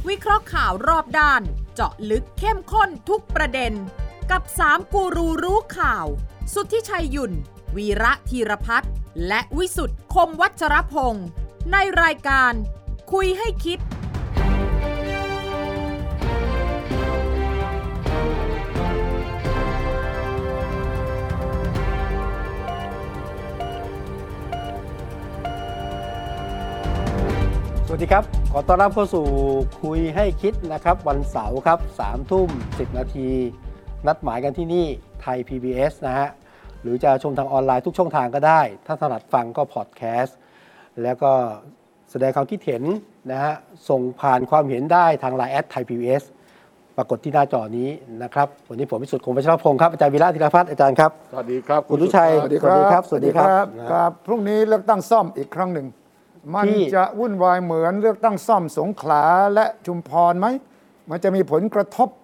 วิเคราะห์ข่าวรอบด้านเจาะลึกเข้มข้นทุกประเด็นกับ3กูรูรู้ข่าวสุทธิชัยหยุ่นวีระธีรพัฒน์และวิสุทธิ์คมวัชรพงศ์ในรายการคุยให้คิดสวัสดีครับขอต้อนรับเข้าสู่คุยให้คิดนะครับวันเสาร์ครับ3:10 นาทีนัดหมายกันที่นี่ไทย PBS นะฮะหรือจะชมทางออนไลน์ทุกช่องทางก็ได้ถ้าถนัดฟังก็พอดแคสต์แล้วก็แสดงความคิดเห็นนะฮะส่งผ่านความเห็นได้ทาง LINE แอดไทย PBS ปรากฏที่หน้าจอนี้นะครับวันนี้ผมวิสุทธิ์คมวัชรพงศ์ครับอาจารย์วีระธีรพัฒน์อาจารย์ครับสวัสดีครับคุณทุชัยสวัสดีครับสวัสดีครับครับพรุ่งนี้เลือกตั้งซ่อมอีกครั้งหนึ่งมันจะวุ่นวายเหมือนเลือกตั้งซ่อมสงขลาและชุมพรไหมมันจะมีผลกระทบ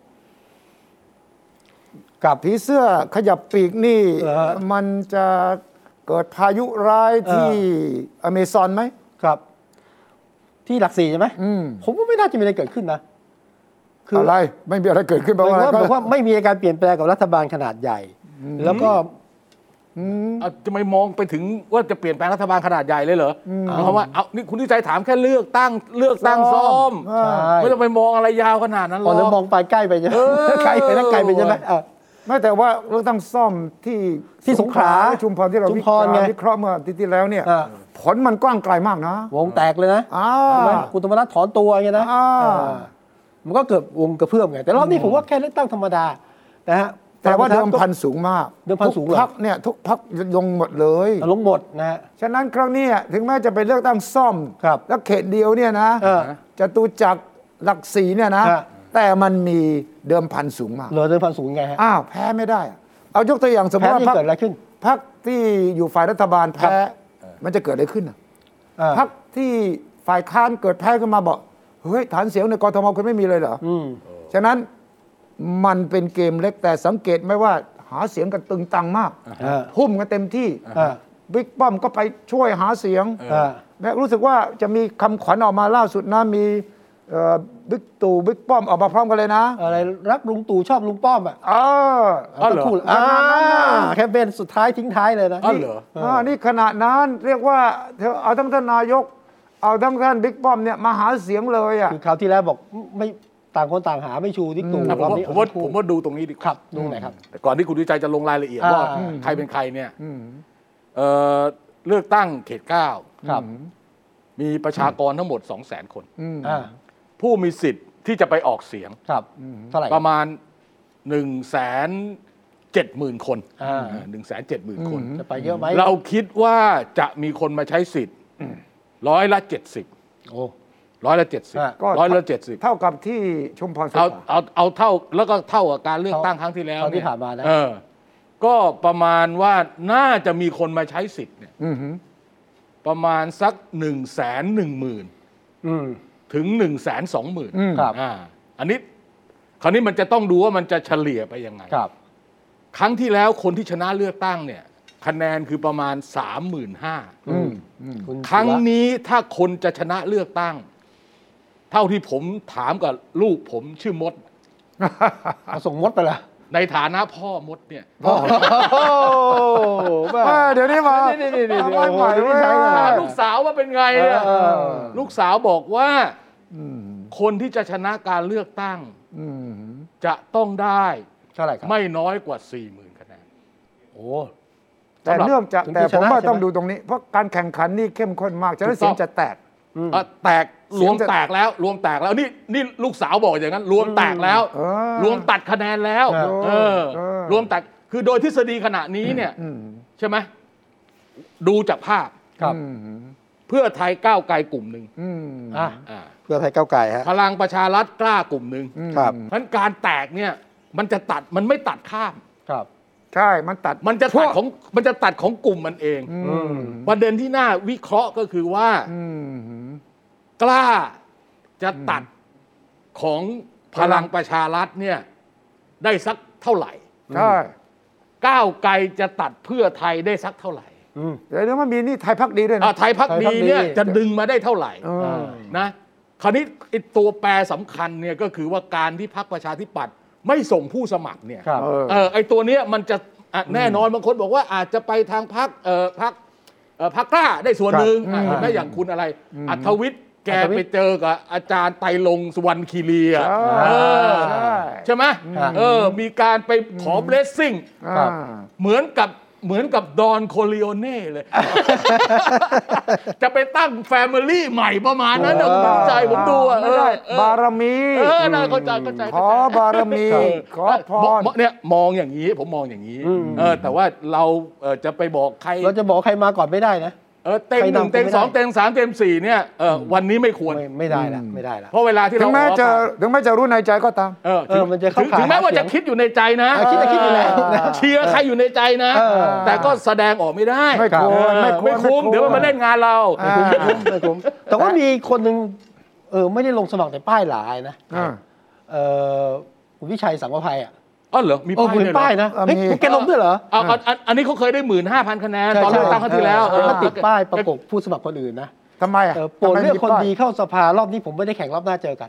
กับผีเสื้อขยับปีกนี่มันจะเกิดพายุร้ายที่อเมซอนไหมครับที่หลักสี่ใช่ไหมผมว่าไม่น่าจะมีอะไรเกิดขึ้นนะคืออะไรไม่มีอะไรเกิดขึ้นเพราะว่าไม่มีการเปลี่ยนแปลงกับรัฐบาลขนาดใหญ่แล้วก็จะไม่มองไปถึงว่าจะเปลี่ยนแปลงรัฐบาลขนาดใหญ่เลยเหรอเพราะว่าเอานี่คุณที่ใจถามแค่เลือกตั้งซ่อมไม่ต้องไปมองอะไรยาวขนาดนั้นหรอกแล้วมองไปใกล้ไปใช่ไหมใกล้ไปนักไกลไปใช่ไหมไม่แต่ว่าเลือกตั้งซ่อมที่สงขลาชุมพรที่เราวิเคราะห์เมื่ออาทิตย์ที่แล้วเนี่ยผลมันกว้างไกลมากนะวงแตกเลยนะคุณธรรมนัสถอนตัวไงนะมันก็เกิดวงกระเพื่อมไงแต่รอบนี้ผมว่าแค่เลือกตั้งธรรมดานะฮะแต่ว่าเดิมพันสูงมากเดิมพันสูงทุกพรรคเนี่ยทุกพรรคลงหมดเลยลงหมดนะฮะฉะนั้นครั้งนี้ถึงแม้จะเป็นเลือกตั้งซ่อมแล้วเขตเดียวเนี่ยนะจตุจักรหลักสี่เนี่ยนะแต่มันมีเดิมพันสูงมากเดิมพันสูงไงฮะแพ้ไม่ได้เอายกตัวอย่างสมมติว่าเกิดอะไรขึ้นพรรคที่อยู่ฝ่ายรัฐบาลแพ้มันจะเกิดอะไรขึ้นพรรคที่ฝ่ายค้านเกิดแพ้ขึ้นมาบอกเฮ้ยฐานเสียงในกทมคุณไม่มีเลยเหรอฉะนั้นมันเป็นเกมเล็กแต่สังเกตไหมว่าหาเสียงกันตึงตังมากพุ่มกันเต็มที่บิ๊กป้อมก็ไปช่วยหาเสียงและรู้สึกว่าจะมีคำขวัญออกมาล่าสุดนะมีบิ๊กตู่บิ๊กป้อมออกมาพร้อมกันเลยนะอะไรรักลุงตู่ชอบลุงป้อมพูดแคมเปญสุดท้ายทิ้งท้ายเลยนะนี่ขณะนั้นเรียกว่าเอาทั้งท่านนายกเอาทั้งท่านบิ๊กป้อมเนี่ยมาหาเสียงเลยคือคราวที่แล้วบอกไม่ต่างคนต่างหาไม่ชูบิ๊กตู่ผมว่าดูตรงนี้ดีครับดูไหนครับแต่ก่อนที่คุณวิจัยจะลงรายละเอียดว่าใครเป็นใครเนี่ยเลือกตั้งเขต9 ครับมีประชากรทั้งหมด 200,000 คนผู้มีสิทธิ์ที่จะไปออกเสียงครับเท่าไหร่ประมาณ 170,000 คน170,000 คนจะไปเยอะไหมเราคิดว่าจะมีคนมาใช้สิทธิ์70%170% เท่ากับที่ชุมพรเอาเท่าแล้วก็เท่ากับการเลือกตั้งครั้งที่แล้วที่ผ่านมานะก็ประมาณว่าน่าจะมีคนมาใช้สิทธิ์เนี่ยประมาณสัก 110,000 ถึง 120,000 ครับอันนี้คราวนี้มันจะต้องดูว่ามันจะเฉลี่ยไปยังไงครั้งที่แล้วคนที่ชนะเลือกตั้งเนี่ยคะแนนคือประมาณ 35,000 ครั้งนี้ถ้าคนจะชนะเลือกตั้งเท่าที่ผมถามกับลูกผมชื่อมดส่งมดไปละในฐานะพ่อมดเนี่ยเดี๋ยวนี้มาลูกสาวว่าเป็นไงเนี่ยลูกสาวบอกว่าคนที่จะชนะการเลือกตั้งจะต้องได้เท่าไหร่ครับไม่น้อยกว่า 40,000 คะแนนแต่เนื่องจากแต่ผมว่าต้องดูตรงนี้เพราะการแข่งขันนี่เข้มข้นมากฉะนั้นเสียงจะแตกรวมแตกแล้วนี่ลูกสาวบอกอย่างนั้นรวมแตกแล้วรวมตัดคะแนนแล้วรวมแตกคือโดยทฤษฎีขณะนี้เนี่ยใช่ไหมดูจากภาพเพื่อไทยก้าวไกลกลุ่มหนึ่งเพื่อไทยก้าวไกลฮะพลังประชารัฐกล้ากลุ่มหนึ่งครับเพราะฉะนั้นการแตกเนี่ยมันไม่ตัดข้ามครับใช่มันจะตัดของกลุ่มมันเองประเด็นที่น่าวิเคราะห์ก็คือว่ากล้าจะตัดของพลังประชารัฐเนี่ยได้สักเท่าไหร่ใช่ก้าวไกลจะตัดเพื่อไทยได้สักเท่าไหร่เดี๋ยวมันมีนี่ไทยพรรคดีด้วยนะไทยพรรคดีเนี่ยจะดึงมาได้เท่าไหร่นะคราวนี้ไอ้ตัวแปรสำคัญเนี่ยก็คือว่าการที่พรรคประชาธิปัตย์ไม่ส่งผู้สมัครเนี่ยไอ้ตัวเนี้ยมันจะแน่นอนบางคนบอกว่าอาจจะไปทางพรรคกล้าได้ส่วนหนึ่งเห็นไหมอย่างคุณอะไรอัธวิทย์แกไปเจอกับอาจารย์ไตรลงค์สุวรรณคีรีใช่ไหมมีการไปขอเบลสซิ่งเหมือนกับดอนโคลิโอเน่เลย จะไปตั้งแฟมิลี่ใหม่ประมาณนั้นนะคุณใจผมดูไม่ได้บารมีน่าเข้าใจขอบารมีขอพรเนี่ยมองอย่างนี้ผมมองอย่างนี้แต่ว่าเราจะไปบอกใครเราจะบอกใครมาก่อนไม่ได้นะเต็ง1เต็ง2เต็ง3เต็ง4เนี่ยวันนี้ไม่ควรไม่ได้ละเพราะเวลาที่เราถึงแม้จะรู้ในใจก็ตามมันจะเข้าถึงแม้ว่าจะคิดอยู่ในใจนะคิดอยู่แล้วเชียร์ใครอยู่ในใจนะแต่ก็แสดงออกไม่ได้ไม่คุ้มเดี๋ยวมันมาเล่นงานเราไม่คุ้มแต่ว่ามีคนนึงไม่ได้ลงสมัครแต่ป้ายหลายนะคุณวิชัยสังวภัยเหรอมีป้ายนะแกลงด้วยเหรออันนี้เขาเคยได้ 15,000 คะแนนตอนเลือกตั้งครั้งที่แล้วเขาติดป้ายประกบผู้สมัครคนอื่นนะทำไมโปรดเลือกคนดีเข้าสภารอบนี้ผมไม่ได้แข่งรอบหน้าเจอกัน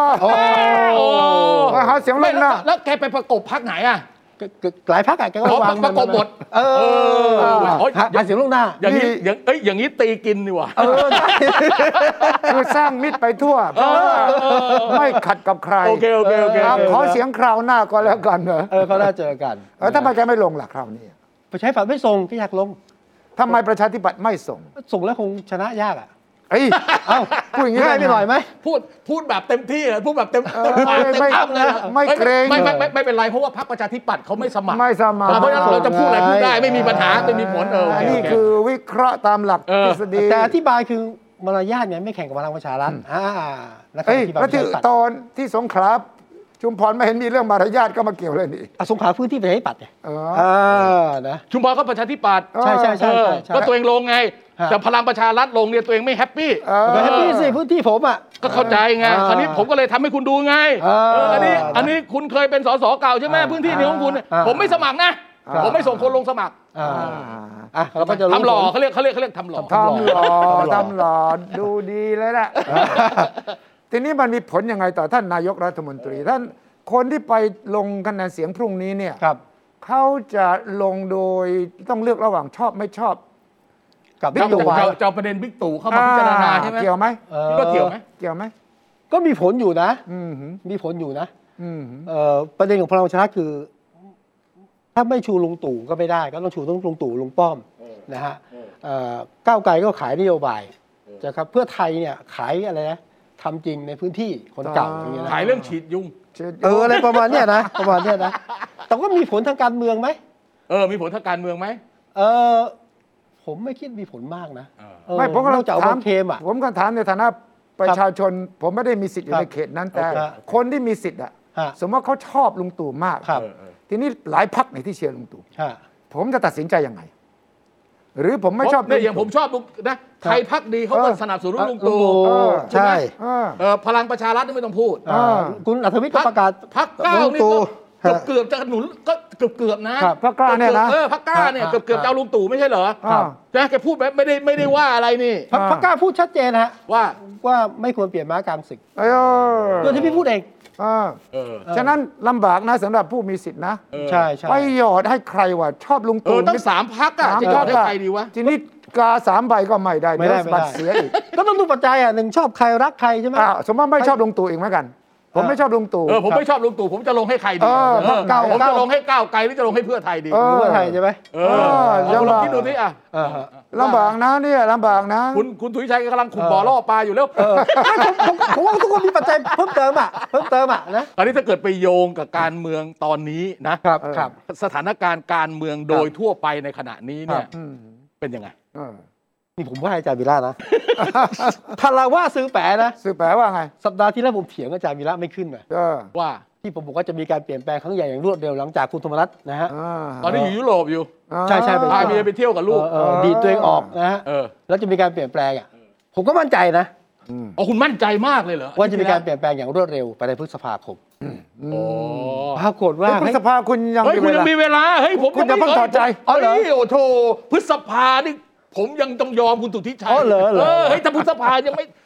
หาเสียงลงนะแล้วแกไปประกบพรรคไหนหลายพรรคแกก็วางประกบหมดหาเสียงลงหน้าอย่างนี้ตีกินดีกว่าคือสร้างมิตรไปทั่วไม่ขัดกับใครโอเคขอเสียงคราวหน้าก็แล้วกันเขาได้เจอกันทำไมแกไม่ลงล่ะคราวนี้ประชาธิปัตย์ไม่ส่งที่อยากลงทำไมประชาธิปัตย์ไม่ส่งแล้วคงชนะยากพูดอย่างนี้ได้ไม่หน่อยไหมพูดแบบเต็มที่เลยพูดแบบเต็มปากเต็มคำเลยไม่เกรงไม่เป็นไรเพราะว่าพรรคประชาธิปัตย์เขาไม่สมัครเพราะฉะนั้นเราจะพูดอะไรพูดได้ไม่มีปัญหาไม่มีผลนี่คือวิเคราะห์ตามหลักทฤษฎีแต่อธิบายคือมารยาทไงไม่แข่งกับพลังประชารัฐแล้วตอนที่สงขลาชุมพรไม่เห็นมีเรื่องมารยาทก็มาเกี่ยวเลยนี่สงขลาพื้นที่ประชาธิปัตย์นะชุมพรก็ประชาธิปัตย์ใช่ก็ตัวเองลงไงแต่พลังประชารัฐลงเนี่ยตัวเองไม่แฮปปี้สิพื้นที่ผมก็เข้าใจไงคราวนี้ผมก็เลยทำให้คุณดูไงอันนี้คุณเคยเป็นสสเก่าใช่ไหมพื้นที่นี้ของคุณผมไม่สมัครนะผมไม่ส่งคนลงสมัครเราก็จะทำหล่อเขาเรียกทำหล่อดูดีเลยแหละทีนี้มันมีผลยังไงต่อท่านนายกรัฐมนตรีท่านคนที่ไปลงคะแนนเสียงพรุ่งนี้เนี่ยเขาจะลงโดยต้องเลือกระหว่างชอบไม่ชอบกับบิ๊กตู่จะประเด็นบิ๊กตู่เข้ามาพิจารณาใช่ไหมเกี่ยวไหมก็เกี่ยวไหมก็มีผลอยู่นะมีผลอยู่นะประเด็นของพลังประชารัฐคือถ้าไม่ชูลุงตู่ก็ไม่ได้ก็ต้องชูต้องลุงตู่ลุงป้อมนะฮะก้าวไกลก็ขายนโยบายนะครับเพื่อไทยเนี่ยขายอะไรนะทำจริงในพื้นที่คนเก่าอย่างเงี้ยขายเรื่องฉีดยุงอะไรประมาณเนี้ยนะแต่ว่ามีผลทางการเมืองไหมมีผลทางการเมืองไหมผมไม่คิดมีผลมากนะไม่ผมก็เราจะเอาเคมผมก็ถามในฐานะประชาชนผมไม่ได้มีสิทธิ์อยู่ในเขตนั้นแต่คนที่มีสิทธิ์สมมติว่าเขาชอบลุงตู่มากทีนี้หลายพรรคในที่เชียร์ลุงตู่ผมจะตัดสินใจยังไงหรือผมไม่ชอบเนี่ยอย่างผมชอบนะไทยพักดีเขาก็สนับสนุนลุงตู่ใช่พลังประชารัฐไม่ต้องพูดคุณอัธวิทย์ก็ประกาศพรรคก้าวนี่ก็เกือบจะหนุนก็เกือบนะพรรคกล้าเนี่ยนะพรรคกล้าเนี่ยเกือบจะเอาลุงตู่ไม่ใช่เหรอนะแกพูดแบบไม่ได้ว่าอะไรนี่พรรคกล้าพูดชัดเจนฮะว่าไม่ควรเปลี่ยนม้ากลางศึกตัวที่พี่พูดเองฉะนั้นลำบากนะสำหรับผู้มีสิทธินะใช่ไปหยอดให้ใครว่าชอบลุงตู่ตั้ง3 พรรคจะหยอดให้ใครดีวะทีนี้กา3 ใบก็ไม่ได้บัตรเสียอีกก็ต้องดูปัจจัย1ชอบใครรักใครใช่ไหมสมมติไม่ชอบลุงตู่อีกเหมือนกันผมไม่ชอบลุงตู่ผมไม่ชอบลุงตู่ผมจะลงให้ใครดีผมจะลงให้ก้าวไกลหรือจะลงให้เพื่อไทยดีเพื่อไทยใช่ไหมลองคิดดูดิลำบากนะเนี่ยลำบากนะคุณถุยชัยกำลังขุดบ่อล่อปลาอยู่แล้วผมว่าทุกคนมีปัจจัยเพิ่มเติมนะตอนนี้ถ้าเกิดไปโยงกับการเมืองตอนนี้นะครับสถานการณ์การเมืองโดยทั่วไปในขณะนี้เนี่ยเป็นยังไงนี่ผมว่าอาจารย์วีระนะถ้าเราว่าซื้อแปะนะซื้อแปะว่าไงสัปดาห์ที่แล้วผมเถียงอาจารย์วีระไม่ขึ้นเลยว่าที่ผมบอกว่าจะมีการเปลี่ยนแปลงครั้งใหญ่อย่างรวดเร็วหลังจากคุณธรรมนัสนะฮะตอนนี้อยู่ยุโรปอยู่ใช่พาเมียไปเที่ยวกับลูกดีตัวเองออกนะฮะแล้วจะมีการเปลี่ยนแปลงผมก็มั่นใจนะคุณมั่นใจมากเลยเหรอว่าจะมีการเปลี่ยนแปลงอย่างรวดเร็วไปในพฤษภาคมปรากฏว่าพฤษภาคุณยังมีเวลาเฮ้ยผมคุณจะต้องต่อใจโอ้โหพฤษภานี่ผมยังต้องยอมคุณสุทธิชัยเฮ้ยถ้าพฤษภายังไม่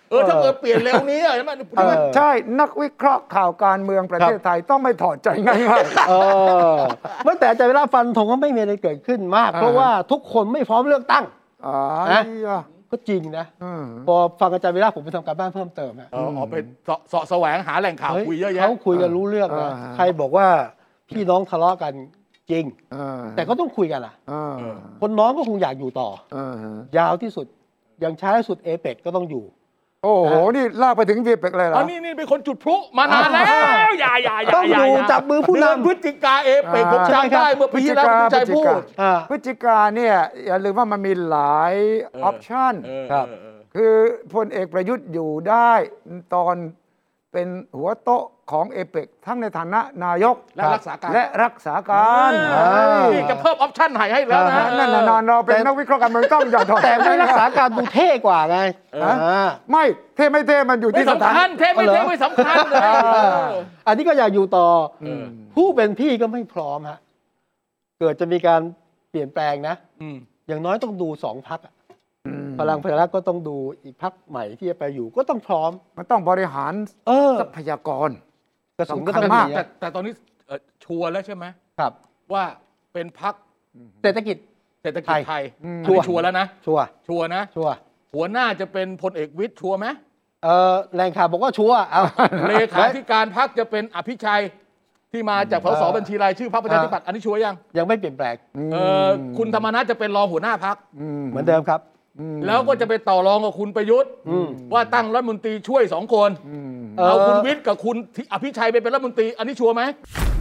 ถ้าเกิดเปลี่ยนเร็วนี้ใช่ไหมใช่นักวิเคราะห์ข่าวการเมืองประเทศไทยต้องไม่ถอดใจง่ายๆเมื่อแต่อาจารย์วิระฟันธงว่าไม่มีอะไรเกิดขึ้นมากเพราะว่าทุกคนไม่พร้อมเลือกตั้งก็จริงนะพอฟังอาจารย์วิระผมไปทำการบ้านเพิ่มเติมไปเสาะแสวงหาแหล่งข่าวคุยเยอะแยะเขาคุยกันรู้เรื่องนะใครบอกว่าพี่น้องทะเลาะกันจริงแต่ก็ต้องคุยกันล่ะคนน้องก็คงอยากอยู่ต่อยาวที่สุดอย่างช้าที่สุดเอเปกก็ต้องอยู่โอ้โหนี่ลากไปถึงเอเปกเลยเหรอนี่เป็นคนจุดพลุมานานแล้วอย่าต้องอยู่จับมือผู้นำพฤศจิกาเอเปกผมจำได้เมื่อปีที่แล้วคุณใจพูดพฤศจิกาเนี่ยอย่าลืมว่ามันมีหลายออปชั่นคือพลเอกประยุทธ์อยู่ได้ตอนเป็นหัวโต๊ะของเอเปกทั้งในฐานะนายกและรักษาการนี่จะเพิ่มออปชั่นให้แล้วนะนั่นนานเราเป็นนักวิเคราะห์การเมืองต้องอย่าถอดแต่ไม่รักษาการดูเท่กว่าไงไม่เท่ไม่เท่มันอยู่ที่สำคัญเท่ไม่เท่ไม่สำคัญเลยอันนี้ก็อยากอยู่ต่อผู้เป็นพี่ก็ไม่พร้อมฮะเกิดจะมีการเปลี่ยนแปลงนะอย่างน้อยต้องดู2 พรรคพลังประชารัฐก็ต้องดูอีกพรรคใหม่ที่จะไปอยู่ก็ต้องพร้อมมันต้องบริหารทรัพยากรกระสุนก็ต้องมากแต่ตอนนี้ชัวร์แล้วใช่ไหมครับว่าเป็นพรรคเศรษฐกิจไทยชัวร์แล้วนะชัวร์นะหัวหน้าจะเป็นพลเอกวิทย์ชัวร์ไหมแรงข่าวบอกว่าชัวร์เลขาธิการพรรคจะเป็นอภิชัยที่มาจากสสบัญชีรายชื่อพรรคประชาธิปัตย์อันนี้ชัวร์ยังไม่เปลี่ยนแปลงคุณธรรมนัสจะเป็นรองหัวหน้าพรรคเหมือนเดิมครับแล้วก็จะไปต่อรองกับคุณประยุทธ์ว่าตั้งรัฐมนตรีช่วย2 คนเอาคุณวิทย์กับคุณอภิชัยไปเป็นรัฐมนตรีอันนี้ชัวร์ไหม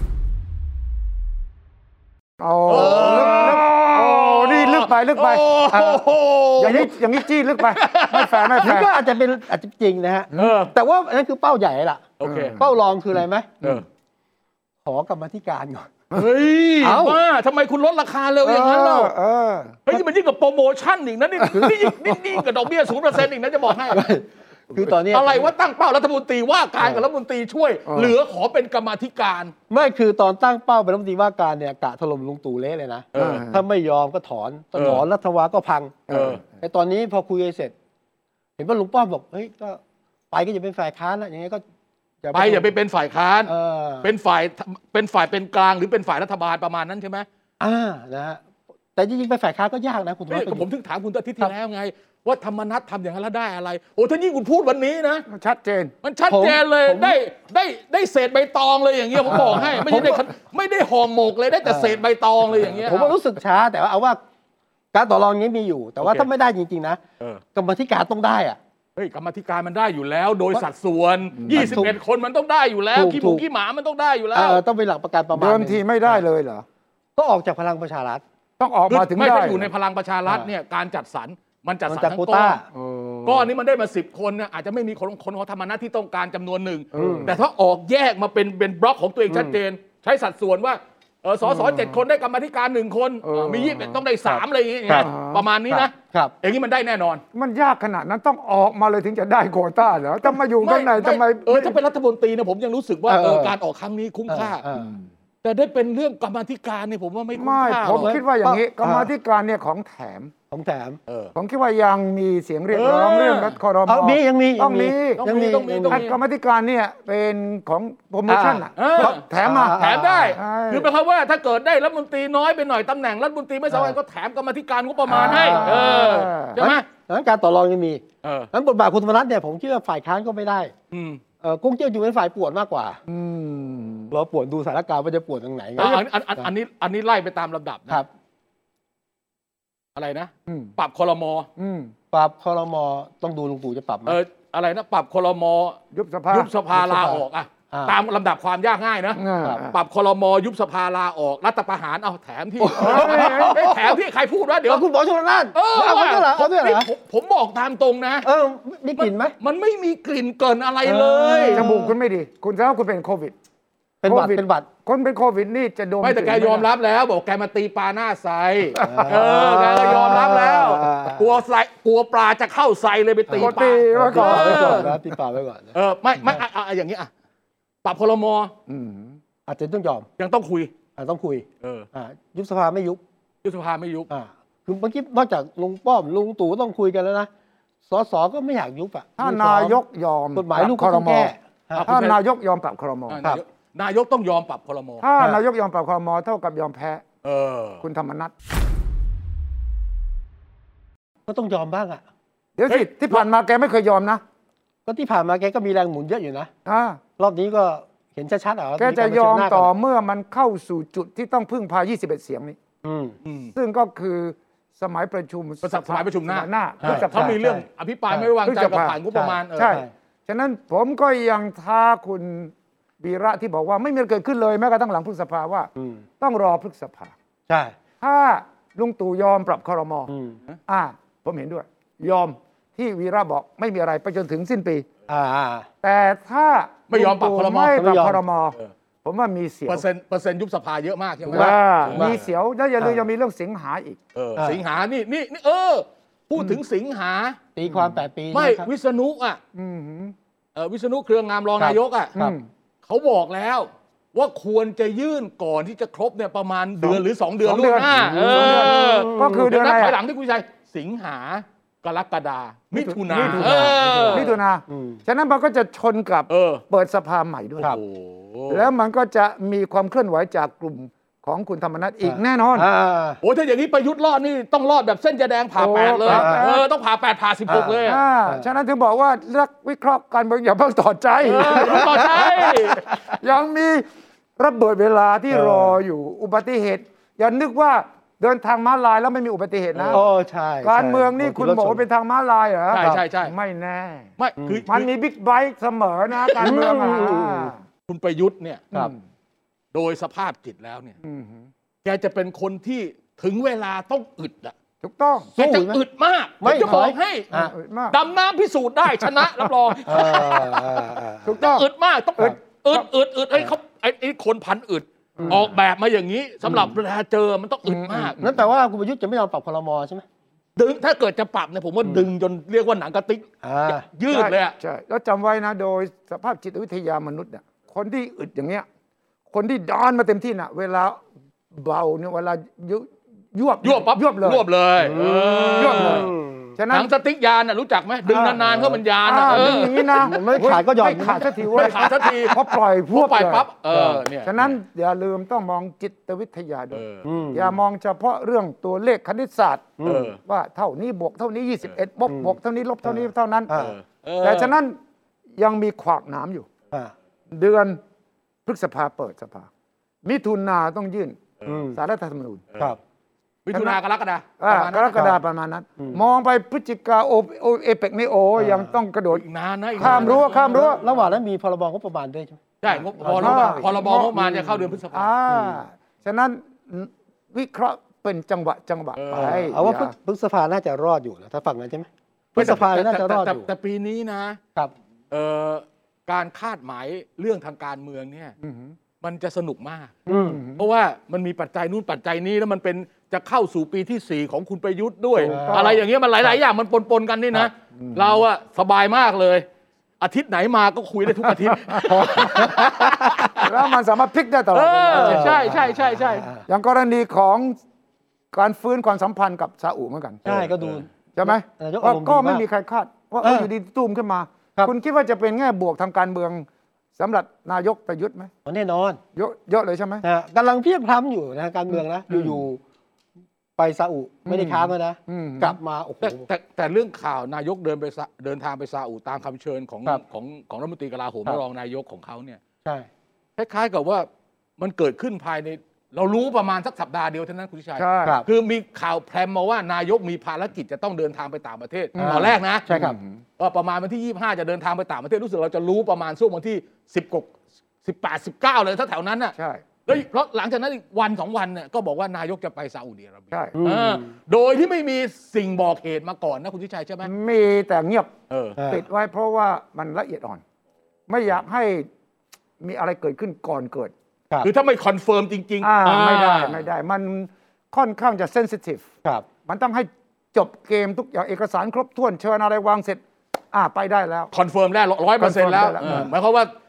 นี่ลึกไปอย่างนี้จี้ลึกไปไม่แฟร์นี่ก็อาจจะจริงนะฮะแต่ว่าอันนั้นคือเป้าใหญ่ล่ะเป้ารองคืออะไรไหมขอกรรมธิการก่อนเฮ้ยว่าทำไมคุณลดราคาเร็วอย่างนั้นเล่าเฮ้ยมันยิ่งกับโปรโมชั่นอีกนะนี่ยิ่งกับดอกเบี้ย 0% อีกนะจะบอกให้คือตอนนี้อะไรว่าตั้งเป้ารัฐมนตรีว่าการกับรัฐมนตรีช่วยเหลือขอเป็นกรรมธิการไม่คือตอนตั้งเป้าเป็นรัฐมนตรีว่าการเนี่ยกะถล่มลุงตู่เละเลยนะถ้าไม่ยอมก็ถอนรัฐวาก็พังไอ้ตอนนี้พอคุยเสร็จเห็นว่าลุงป้อมบอกเฮ้ยก็ไปก็จะเป็นฝ่ายค้านนะอย่างงี้ก็ไปอย่าไปเป็นฝ่ายค้านเป็นฝ่ายเป็นกลางหรือเป็นฝ่ายรัฐบาลประมาณนั้นใช่ไหมนะฮะแต่จริงๆเป็นฝ่ายค้านก็ยากนะคุณผมถึงถามคุณอาทิตย์ที่แล้วไงว่าธรรมนัสทำอย่างนั้นแล้วได้อะไรโอ้ถ้ายิ่งคุณพูดวันนี้นะมันชัดเจนเลยได้เศษใบตองเลยอย่างเงี้ยผมบอกให้ไม่ได้ห่อหมกเลยได้แต่เศษใบตองเลยอย่างเงี้ยผมรู้สึกช้าแต่ว่าเอาว่าการต่อรองนี้มีอยู่แต่ว่าถ้าไม่ได้จริงๆนะกรรมธิการต้องได้อะกรรมธิการมันได้อยู่แล้วโดยสัดส่วน21 คนมันต้องได้อยู่แล้วขี้หมูขี้หมามันต้องได้อยู่แล้วต้องเป็นหลักประกันประมาณเดิมทีไม่ได้เลยเหรอก็ออกจากพลังประชารัฐต้องออกมาถึงได้ไม่ถ้าอยู่ในพลังประชารัฐเนี่ยการจัดสรรมันจัดสรรทั้งก้อนนี้มันได้มา10 คนเนี่ยอาจจะไม่มีคนของธรรมนัสที่ต้องการจำนวนหนึ่งแต่ถ้าออกแยกมาเป็นบล็อกของตัวเองชัดเจนใช้สัดส่วนว่าสส7 คนได้กรรมธิการ1 คนมี21ต้องได้3อะไรอย่างเงี้ยประมาณนี้นะอย่างนี้มันได้แน่นอนมันยากขนาดนั้นต้องออกมาเลยถึงจะได้โควต้าเหรอจะมาอยู่ข้างในทำไมถ้าเป็นรัฐมนตรีเนี่ยผมยังรู้สึกว่าการออกครั้งนี้คุ้มค่าแต่ได้เป็นเรื่องกรรมธิการเนี่ยผมว่าไม่คุ้มค่าผมคิดว่าอย่างนี้กรรมธิการเนี่ยของแถมผมคิดว่ายังมีเสียงเรียกร้องเรื่องรัฐครม. ยังมีกรรมธิการเนี่ยเป็นของโปรโมชั่นแถมได้คือแปลว่าถ้าเกิดได้รัฐมนตรีน้อยไปหน่อยตำแหน่งรัฐมนตรีไม่สบายก็แถมกรรมธิการงบประมาณให้ใช่ไหมแล้วการต่อรองยังมีนั้นบทบาทคุณธรรมนัสเนี่ยผมคิดว่าฝ่ายค้านก็ไม่ได้กุ้งเจี้ยวอยู่เป็นฝ่ายปวดมากกว่าเราปวดดูสถานการณ์ว่าจะปวดตรงไหนอันนี้ไล่ไปตามลำดับนะครับอะไรนะปรับครม. ปรับครม.ต้องดูลุงตู่จะปรับไหมอะไรนะปรับครม. ยุบสภาลาออกตามลำดับความยากง่ายนะปรับครม.ยุบสภาลาออกรัฐประหารเอาแถมที่ใครพูดว่าเดี๋ยวคุณหมอชลน่านผมบอกตามตรงนะมีกลิ่นไหมมันไม่มีกลิ่นเกินอะไรเลยจมูกคุณไม่ดีคุณแสดงว่าคุณเป็นโควิดเป็นหวัดคนเป็นโควิดนี่จะโดนไม่แต่แกยอมรับแล้วบอกแกมาตีปลาหน้าไซแกก็ยอมรับแล้วกลัวปลาจะเข้าไซเลยไปตีปลาไว้ก่อนตีปลาไว้ก่อนไม่อย่างนี้ปรับครม. อาจจะต้องยอมยังต้องคุยต้องคุยยุบสภาไม่ยุบคือเมื่อกี้นอกจากลุงป้อมลุงตู่ต้องคุยกันแล้วนะสสก็ไม่อยากยุบอ่ะถ้านายกยอมกฎหมายลูกก็ต้องแก้ถ้านายกยอมปรับครม. นายกต้องยอมปรับครม. ถ้านายกยอมปรับครม.เท่ากับยอมแพ้คุณธรรมนัสก็ต้องยอมบ้างอ่ะเดี๋ยวสิที่ผ่านมาแกไม่เคยยอมนะก็ที่ผ่านมาแกก็มีแรงหมุนเยอะอยู่นะรอบนี้ก็เห็นชัดๆเหรอแกจะยอมต่อเมื่อมันเข้าสู่จุดที่ต้องพึ่งพา21เสียงนี้ซึ่งก็คือสมัยประชุมหน้าเขามีเรื่องอภิปรายไม่ไว้วางใจกับผ่านงบประมาณใช่ฉะนั้นผมก็ยังท้าคุณวีระที่บอกว่าไม่มีเกิดขึ้นเลยแม้กระทั่งหลังพฤษภาว่าต้องรอพฤษภาใช่ถ้าลุงตู่ยอมปรับครม.ผมเห็นด้วยยอมที่วีระบอกไม่มีอะไรไปจนถึงสิ้นปีแต่ถ้าไม่ยอมปรับครม. ผมว่ามีเสียวเปอร์เซ็นต์ยุบสภาเยอะมากใช่ไหมมีเสียวแล้วอย่าลืมยังมีเรื่องสิงหาอีกสิงหานี่พูดถึงสิงหาตีความ8 ปีไม่วิษณุวิษณุเครืองามรองนายกเขาบอกแล้วว่าควรจะยื่นก่อนที่จะครบเนี่ยประมาณเดือนหรือ2 เดือนล่วงหน้าก็คือเดือนถอยหลังที่คุณชัยสิงหากรกฎามิถุนาฉะนั้นมันก็จะชนกับเปิดสภาใหม่ด้วยแล้วมันก็จะมีความเคลื่อนไหวจากกลุ่มของคุณธรรมนัสอีกแน่นอนถ้าอย่างนี้ประยุทธ์รอดนี่ต้องรอดแบบเส้นจะแดงผ่า8เลยต้องผ่า8ผ่า16เลยฉะนั้นถึงบอกว่านักวิเคราะห์การเมืองอย่าเพิ่งต่อใจยังมีระเบิดเวลาที่รออยู่อุบัติเหตุอย่านึกว่าเดินทางม้าลายแล้วไม่มีอุบัติเหตุนะใช่การเมืองนี่คุณบอกว่าเป็นทางม้าลายเหรอใช่ไม่แน่ไม่คือมันมีบิ๊กไบค์เสมอนะการเมืองคุณประยุทธ์เนี่ยโดยสภาพจิตแล้วเนี่ยแกจะเป็นคนที่ถึงเวลาต้องอึดอ่ะถูกต้องแกจะอึดมากไม่จะบอกให้ดำน้ำพิสูจน์ได้ชนะรับรองถูกต้องอึดมากต้องอึดไอ้เขาไอ้คนพันอึดออกแบบมาอย่างนี้สำหรับเวลาเจอมันต้องอึดมากนั่นแปลว่าคุณประยุทธ์จะไม่ยอมปรับครม.ใช่ไหมดึงถ้าเกิดจะปรับเนี่ยผมว่าดึงจนเรียกว่าหนังกระติกยืดเลยใช่แล้วจำไว้นะโดยสภาพจิตวิทยามนุษย์เนี่ยคนที่อึดอย่างเงี้ยคนที่ดอนมาเต็มที่น่ะเวลาเบาเนี่ยเวลายวบปั๊บยวบเลยยวบเลยฉะนั้นหนังสติ๊กยานน่ะรู้จักไหมดึงนานๆก็มันยานดึงอย่างนี้นะไม่ขาดก็หย่อนไม่ขาดสักทีเพราะปล่อยปั๊บเนี่ยฉะนั้นอย่าลืมต้องมองจิตวิทยาด้วยอย่ามองเฉพาะเรื่องตัวเลขคณิตศาสตร์ว่าเท่านี้บวกเท่านี้21บวกเท่านี้ลบเท่านี้เท่านั้นแต่ฉะนั้นยังมีขวากหนามอยู่เดือนพฤษภาเปิดสภามิถุนาต้องยื่นศาลรัฐธรรมนูญมิถุนากรกฎาประมาณนั้นมองไปพฤศจิกาเอเปกนี่ยังต้องกระโดดนานนะข้ามรั้วระหว่างนั้นมีพรบงบประมาณด้วยใช่ไหมใช่พรบงบประมาณจะเข้าเดือนพฤษภาฉะนั้นวิเคราะห์เป็นจังหวะไปเอาว่าพฤษภาน่าจะรอดอยู่นะถ้าฝั่งนั้นใช่ไหมพฤษภาน่าจะรอดอยู่แต่ปีนี้นะครับการคาดหมายเรื่องทางการเมืองเนี่ยมันจะสนุกมากเพราะว่ามันมีปัจจัยนู้นปัจจัยนี้แล้วมันเป็นจะเข้าสู่ปีที่4ของคุณประยุทธ์ด้วยอะไรอย่างเงี้ยมันหลายๆอย่างมันปนกันนี่นะเราอะสบายมากเลยอาทิตย์ไหนมาก็คุยได้ทุกอาทิตย์แล้วมันสามารถพลิกได้ตลอดใช่อย่างกรณีของการฟื้นความสัมพันธ์กับซาอุเหมือนกันใช่ก็ดูใช่ไหมก็ไม่มีใครคาดว่าอยู่ดีตุ้มขึ้นมาคุณคิดว่าจะเป็นแง่บวกทางการเมืองสำหรับนายกประยุทธ์ไหมแน่นอนเยอะเลยใช่ไหมกำลังเพียบพล้ำอยู่นะการเมืองนะอยู่ไปซาอุไม่ได้ค้างแล้วนะกลับมาโอ้โหแต่เรื่องข่าวนายกเดินทางไปซาอุตามคำเชิญของรัฐมนตรีกลาโหมรองนายกของเขาเนี่ยใช่คล้ายๆกับว่ามันเกิดขึ้นภายในเรารู้ประมาณสักสัปดาห์เดียวเท่านั้นคุณชัยคือมีข่าวแพร่มาว่านายกมีภารกิจจะต้องเดินทางไปต่างประเทศตอนแรกนะใช่ครับว่าประมาณวันที่25จะเดินทางไปต่างประเทศรู้สึกเราจะรู้ประมาณช่วงวันที่18 19เลยถ้าแถวนั้นน่ะใช่แล้วเพราะหลังจากนั้นอีกวัน2วันเนี่ยก็บอกว่านายกจะไปซาอุดิอาระเบียใช่โดยที่ไม่มีสิ่งบอกเหตุมาก่อนนะคุณชัยใช่ไหมมีแต่เงียบปิดไว้เพราะว่ามันละเอียดอ่อนไม่อยากให้มีอะไรเกิดขึ้นก่อนเกิดคือถ้าไม่คอนเฟิร์มจริงๆไม่ได้มันค่อนข้างจะเซนซิทีฟมันต้องให้จบเกมทุกอย่างเอกสารครบถ้วนเชิญอะไรวางเสร็จไปได้แล้วคอนเฟิร์มแล้ว100%แล้วหมายความว่า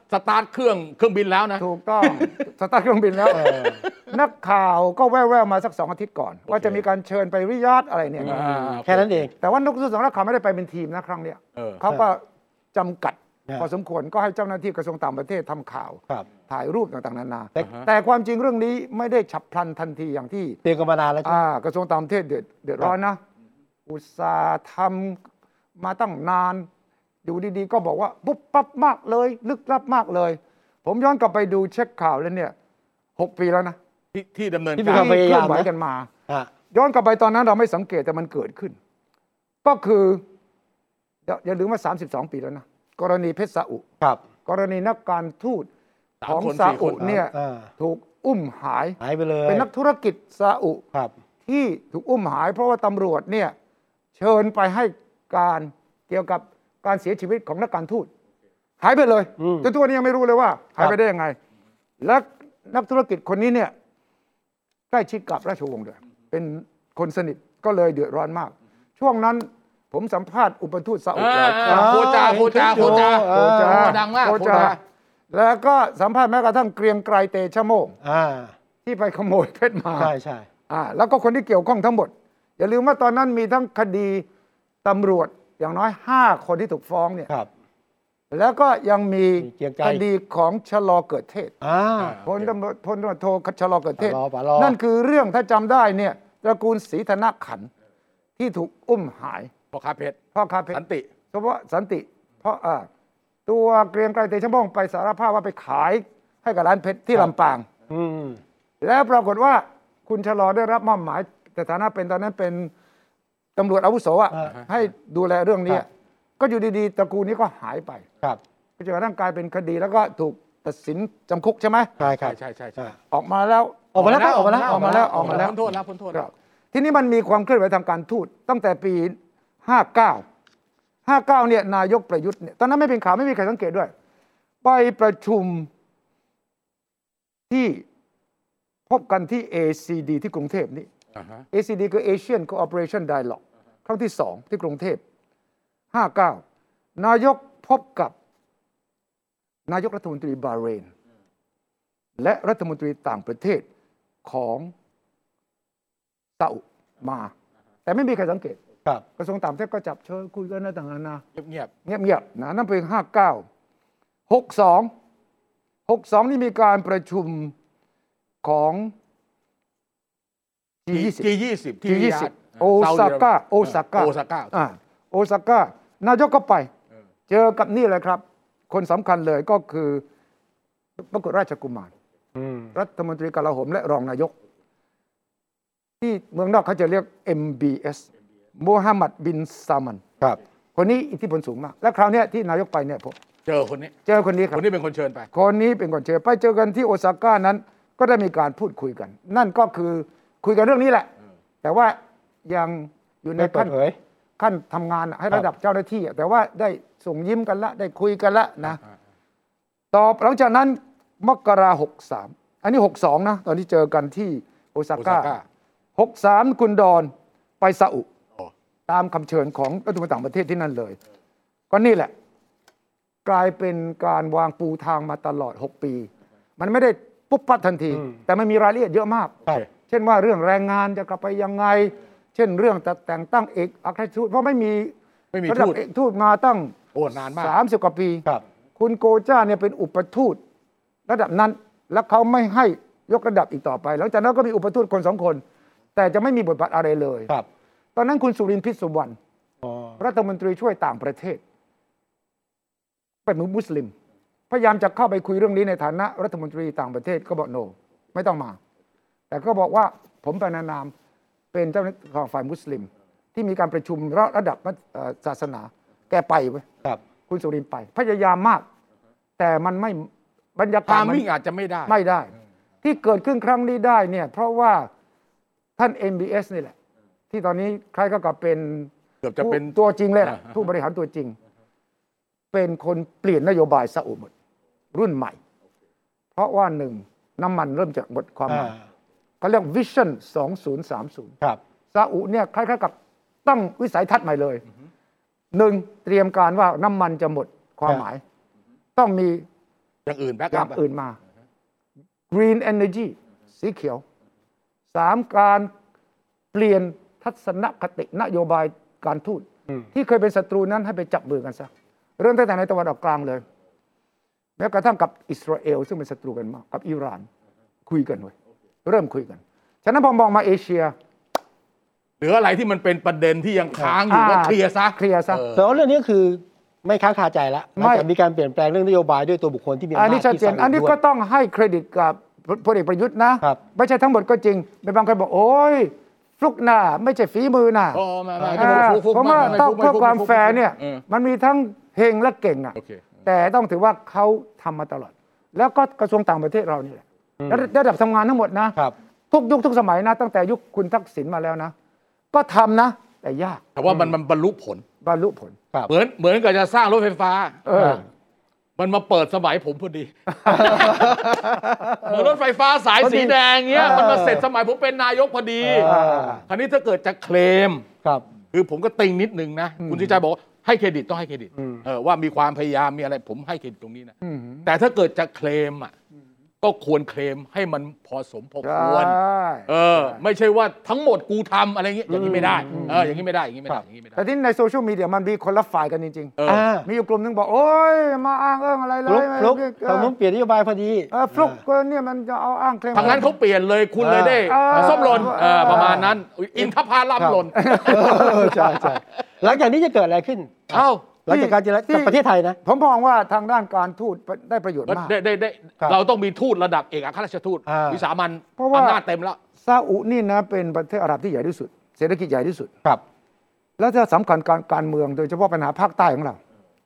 สตาร์ทเครื่องบินแล้วนะถูกต้องสตาร์ทเครื่องบินแล้วนักข่าวก็แว่วๆมาสัก2 อาทิตย์ก่อนว่าจะมีการเชิญไปริยาดอะไรเนี่ยแค่นั้นเองแต่ว่านักสื่อสารนักข่าวไม่ได้ไปเป็นทีมนะครั้งเนี้ยเขาก็จำกัดพอสมควรก็ให้เจ้าหน้าที่กระทรวงต่างประเทศทำข่าวถ่ายรูปต่างๆนานาแต่ความจริงเรื่องนี้ไม่ได้ฉับพลันทันทีอย่างที่เตรียมกันมานานแล้วกระทรวงต่างประเทศเดือดร้อนนะอุตสาห์ทำมาตั้งนานอยู่ดีๆก็บอกว่าปุ๊บปั๊บมากเลยลึกลับมากเลยผมย้อนกลับไปดูเช็คข่าวแล้วเนี่ย6 ปีแล้วนะที่ดำเนินการเคลื่อนไหวกันมาย้อนกลับไปตอนนั้นเราไม่สังเกตแต่มันเกิดขึ้นก็คืออย่าลืมว่า32 ปีแล้วนะกรณีเพชรซาอุกรณีนักการทูตของซาอุเนี่ยถูกอุ้มหายไปเลยเป็นนักธุรกิจซาอุที่ถูกอุ้มหายเพราะว่าตำรวจเนี่ยเชิญไปให้การเกี่ยวกับการเสียชีวิตของนักการทูตหายไปเลยจนทุกวันนี้ยังไม่รู้เลยว่าหายไปได้ยังไงและนักธุรกิจคนนี้เนี่ยใกล้ชิดกับราชวงศ์ด้วยเป็นคนสนิทก็เลยเดือดร้อนมากช่วงนั้นผมสัมภาษณ์อุปทูตซาอุโคจาดังมากโคจาแล้วก็สัมภาษณ์แม้กระทั่งเกรียงไกรเตชะโมกที่ไปขโมยเพชรมาใช่แล้วก็คนที่เกี่ยวข้องทั้งหมดอย่าลืมว่าตอนนั้นมีทั้งคดีตำรวจอย่างน้อย5 คนที่ถูกฟ้องเนี่ยแล้วก็ยังมีคดีของชลอเกิดเทศพลตำรวจโทชลอเกิดเทศนั่นคือเรื่องถ้าจำได้เนี่ยตระกูลศรีธนขันธ์ที่ถูกอุ้มหายพ่อค้าเพชรสันติเพราะว่าสันติเพราะตัวเกรียงไกรเตชะโมงไปสารภาพว่าไปขายให้กับร้านเพชรที่ลำปางแล้วปรากฏว่าคุณชลอได้รับมอบหมายแต่ฐานะเป็นตอนนั้นเป็นตำรวจอาวุโสให้ดูแลเรื่องนี้ก็อยู่ดีๆตระกูลนี้ก็หายไปจนกระทั่งกลายเป็นคดีแล้วก็ถูกตัดสินจำคุกใช่ไหมใช่ออกมาแล้วพ้นโทษแล้วทีนี้มันมีความเคลื่อนไหวทางการทูตตั้งแต่ปี59เนี่ยนายกประยุทธ์เนี่ยตอนนั้นไม่เป็นข่าวไม่มีใครสังเกตด้วยไปประชุมที่พบกันที่ ACD ที่กรุงเทพนี่ACD คือ Asian Cooperation Dialogue ครั้งที่2ที่กรุงเทพ59นายกพบกับนายกรัฐมนตรีบาห์เรนและรัฐมนตรีต่างประเทศของซาอุมาแต่ไม่มีใครสังเกตกระทรวงต่างประเทศก็จับเชิญคุยกันต่างๆนาเงียบนะนั่นเป็น62นี่มีการประชุมของ G20 โอซาก้านายกก็ไปเจอกับนี่เลยครับคนสำคัญเลยก็คือพระโกราชกุมารรัฐมนตรีกลาโหมและรองนายกที่เมืองนอกเขาจะเรียก MBS มูฮัมหมัดบินซามันคนนี้อิทธิพลสูงมากและคราวนี้ที่นายกไปเนี่ยผมเจอคนนี้ครับคนนี้เป็นคนเชิญไปคนนี้เป็นคนเชิญไปเจอกันที่โอซาก้านั้นก็ได้มีการพูดคุยกันนั่นก็คือคุยกันเรื่องนี้แหละแต่ว่ายังอยู่ในขั้นทำงานให้ระดับเจ้าหน้าที่แต่ว่าได้ส่งยิ้มกันละได้คุยกันละนะต่อหลังจากนั้นมกราคม63อันนี้62นะตอนที่เจอกันที่โอซาก้า63คุณดอนไปซาอุตามคำเชิญของรัฐมนตรีต่างประเทศที่นั่นเลยก็นี่แหละกลายเป็นการวางปูทางมาตลอด6 ปีมันไม่ได้ปุ๊บปั๊บทันทีแต่มันมีรายละเอียดเยอะมากเช่นว่าเรื่องแรงงานจะกลับไปยังไงเช่นเรื่องแต่งตั้งเอกอัครราชทูตเพราะไม่มีระดับเอกทูตมาตั้งนานมาก 30 กว่าปีคุณโกจ้าเนี่ยเป็นอุปทูตระดับนั้นแล้วเขาไม่ให้ยกระดับอีกต่อไปหลังจากนั้นก็มีอุปทูตคน2 คนแต่จะไม่มีบทบาทอะไรเลยตอนนั้นคุณสุรินทร์พิษสุวรรณรัฐมนตรีช่วยต่างประเทศเป็นมุสลิมพยายามจะเข้าไปคุยเรื่องนี้ในฐานะรัฐมนตรีต่างประเทศก็บอกโนไม่ต้องมาแต่ก็บอกว่าผมเป็นนามเป็นเจ้าหน้าที่ของฝ่ายมุสลิมที่มีการประชุมระดับศาสนาแกไปไว้คุณสุรินทร์ไปพยายามมากแต่มันไม่บรรยากาศมันอาจจะไม่ได้ที่เกิดขึ้นครั้งนี้ได้เนี่ยเพราะว่าท่าน MBS นี่แหละที่ตอนนี้ใครก็กลับเป็นเกือบจะเป็นตัวจริงเลยผู้บริหารตัวจริงเป็นคนเปลี่ยนนโยบายซาอุหมดรุ่นใหม่เพราะว่า1น้ำมันเริ่มจะหมดความหมายเขาเรียก Vision 2030ซาอุเนี่ยคล้ายๆกับตั้งวิสัยทัศน์ใหม่เลย1เตรียมการว่าน้ำมันจะหมดความหมายต้องมีอย่างอื่นแบ็กออัย่าพงอื่นมา Green Energy สีเขียว3การเปลี่ยนทัศนคตินโยบายการทูตที่เคยเป็นศัตรูนั้นให้ไปจับมือกันซะเริ่มตั้งแต่ในตะวันออกกลางเลยแม้กระทั่งกับอิสราเอลซึ่งเป็นศัตรูกันมากกับอิหร่านคุยกันเลยเริ่มคุยกันฉะนั้นพอมองมาเอเชียหรืออะไรที่มันเป็นประเด็นที่ยังค้างอยู่ก็เคลียร์ซะแต่ว่าเรื่องนี้คือไม่ค้างคาใจแล้วมันจะมีการเปลี่ยนแปลงเรื่องนโยบายด้วยตัวบุคคลที่มีอำนาจที่ชัดเจนอันนี้ก็ต้องให้เครดิตกับพลเอกประยุทธ์นะไม่ใช่ทั้งหมดก็จริงเป็นบางคนบอกโอ้ยฟลุกหน้าไม่ใช่ฝีมือหน้าเพราะว่าต้องเพื่อความแฟร์เนี่ยมันมีทั้งเฮงและเก่งอ่ะแต่ต้องถือว่าเขาทำมาตลอดแล้วก็กระทรวงต่างประเทศเรานี่แหละระดับทำงานทั้งหมดนะทุกยุคทุกสมัยนะตั้งแต่ยุคคุณทักษิณมาแล้วนะก็ทำนะแต่ยากแต่ว่ามันบรรลุผลเหมือนกับจะสร้างรถไฟฟ้ามันมาเปิดสมัยผมพอดีเหมือนรถไฟฟ้าสายสีแดงเงี้ยมันมาเสร็จสมัยผมเป็นนายกพอดีคราวนี้ถ้าเกิดจะเคลมคือผมก็ติงนิดนึงนะคุณชัยบอกให้เครดิตต้องให้เครดิตว่ามีความพยายามมีอะไรผมให้เครดิตตรงนี้นะแต่ถ้าเกิดจะเคลมอ่ะก็ควรเคลมให้มันพอสมพอควรไม่ใช่ว่าทั้งหมดกูทำอะไรเงี้ยอย่างนี้ไม่ได้อย่างนี้ไม่ได้แต่ที่ในโซเชียลมีเดียมันมีคนละฝ่ายกันจริงๆมีอยู่กลุ่มนึงบอกโอ้ยมาอ้างอะไรเลยฟลุกทางนู้นเปลี่ยนนโยบายพอดีฟลุกเนี่ยมันจะเอาอ้างเคลมทางนั้นเขาเปลี่ยนเลยคุณเลยได้ส้มหล่นประมาณนั้นอินทผลัมหล่นใช่หลังจากนี้จะเกิดอะไรขึ้นหลังจากการเจรจาประเทศไทยนะผมมองว่าทางด้านการทูตได้ประโยชน์มากได้เราต้องมีทูตระดับเอกอัครราชทูตวิสามัญอำนาจเต็มแล้วซาอุนี่นะเป็นประเทศอาหรับที่ใหญ่ที่สุดเศรษฐกิจใหญ่ที่สุดครับแล้วถ้าสำคัญการเมืองโดยเฉพาะปัญหาภาคใต้ของเรา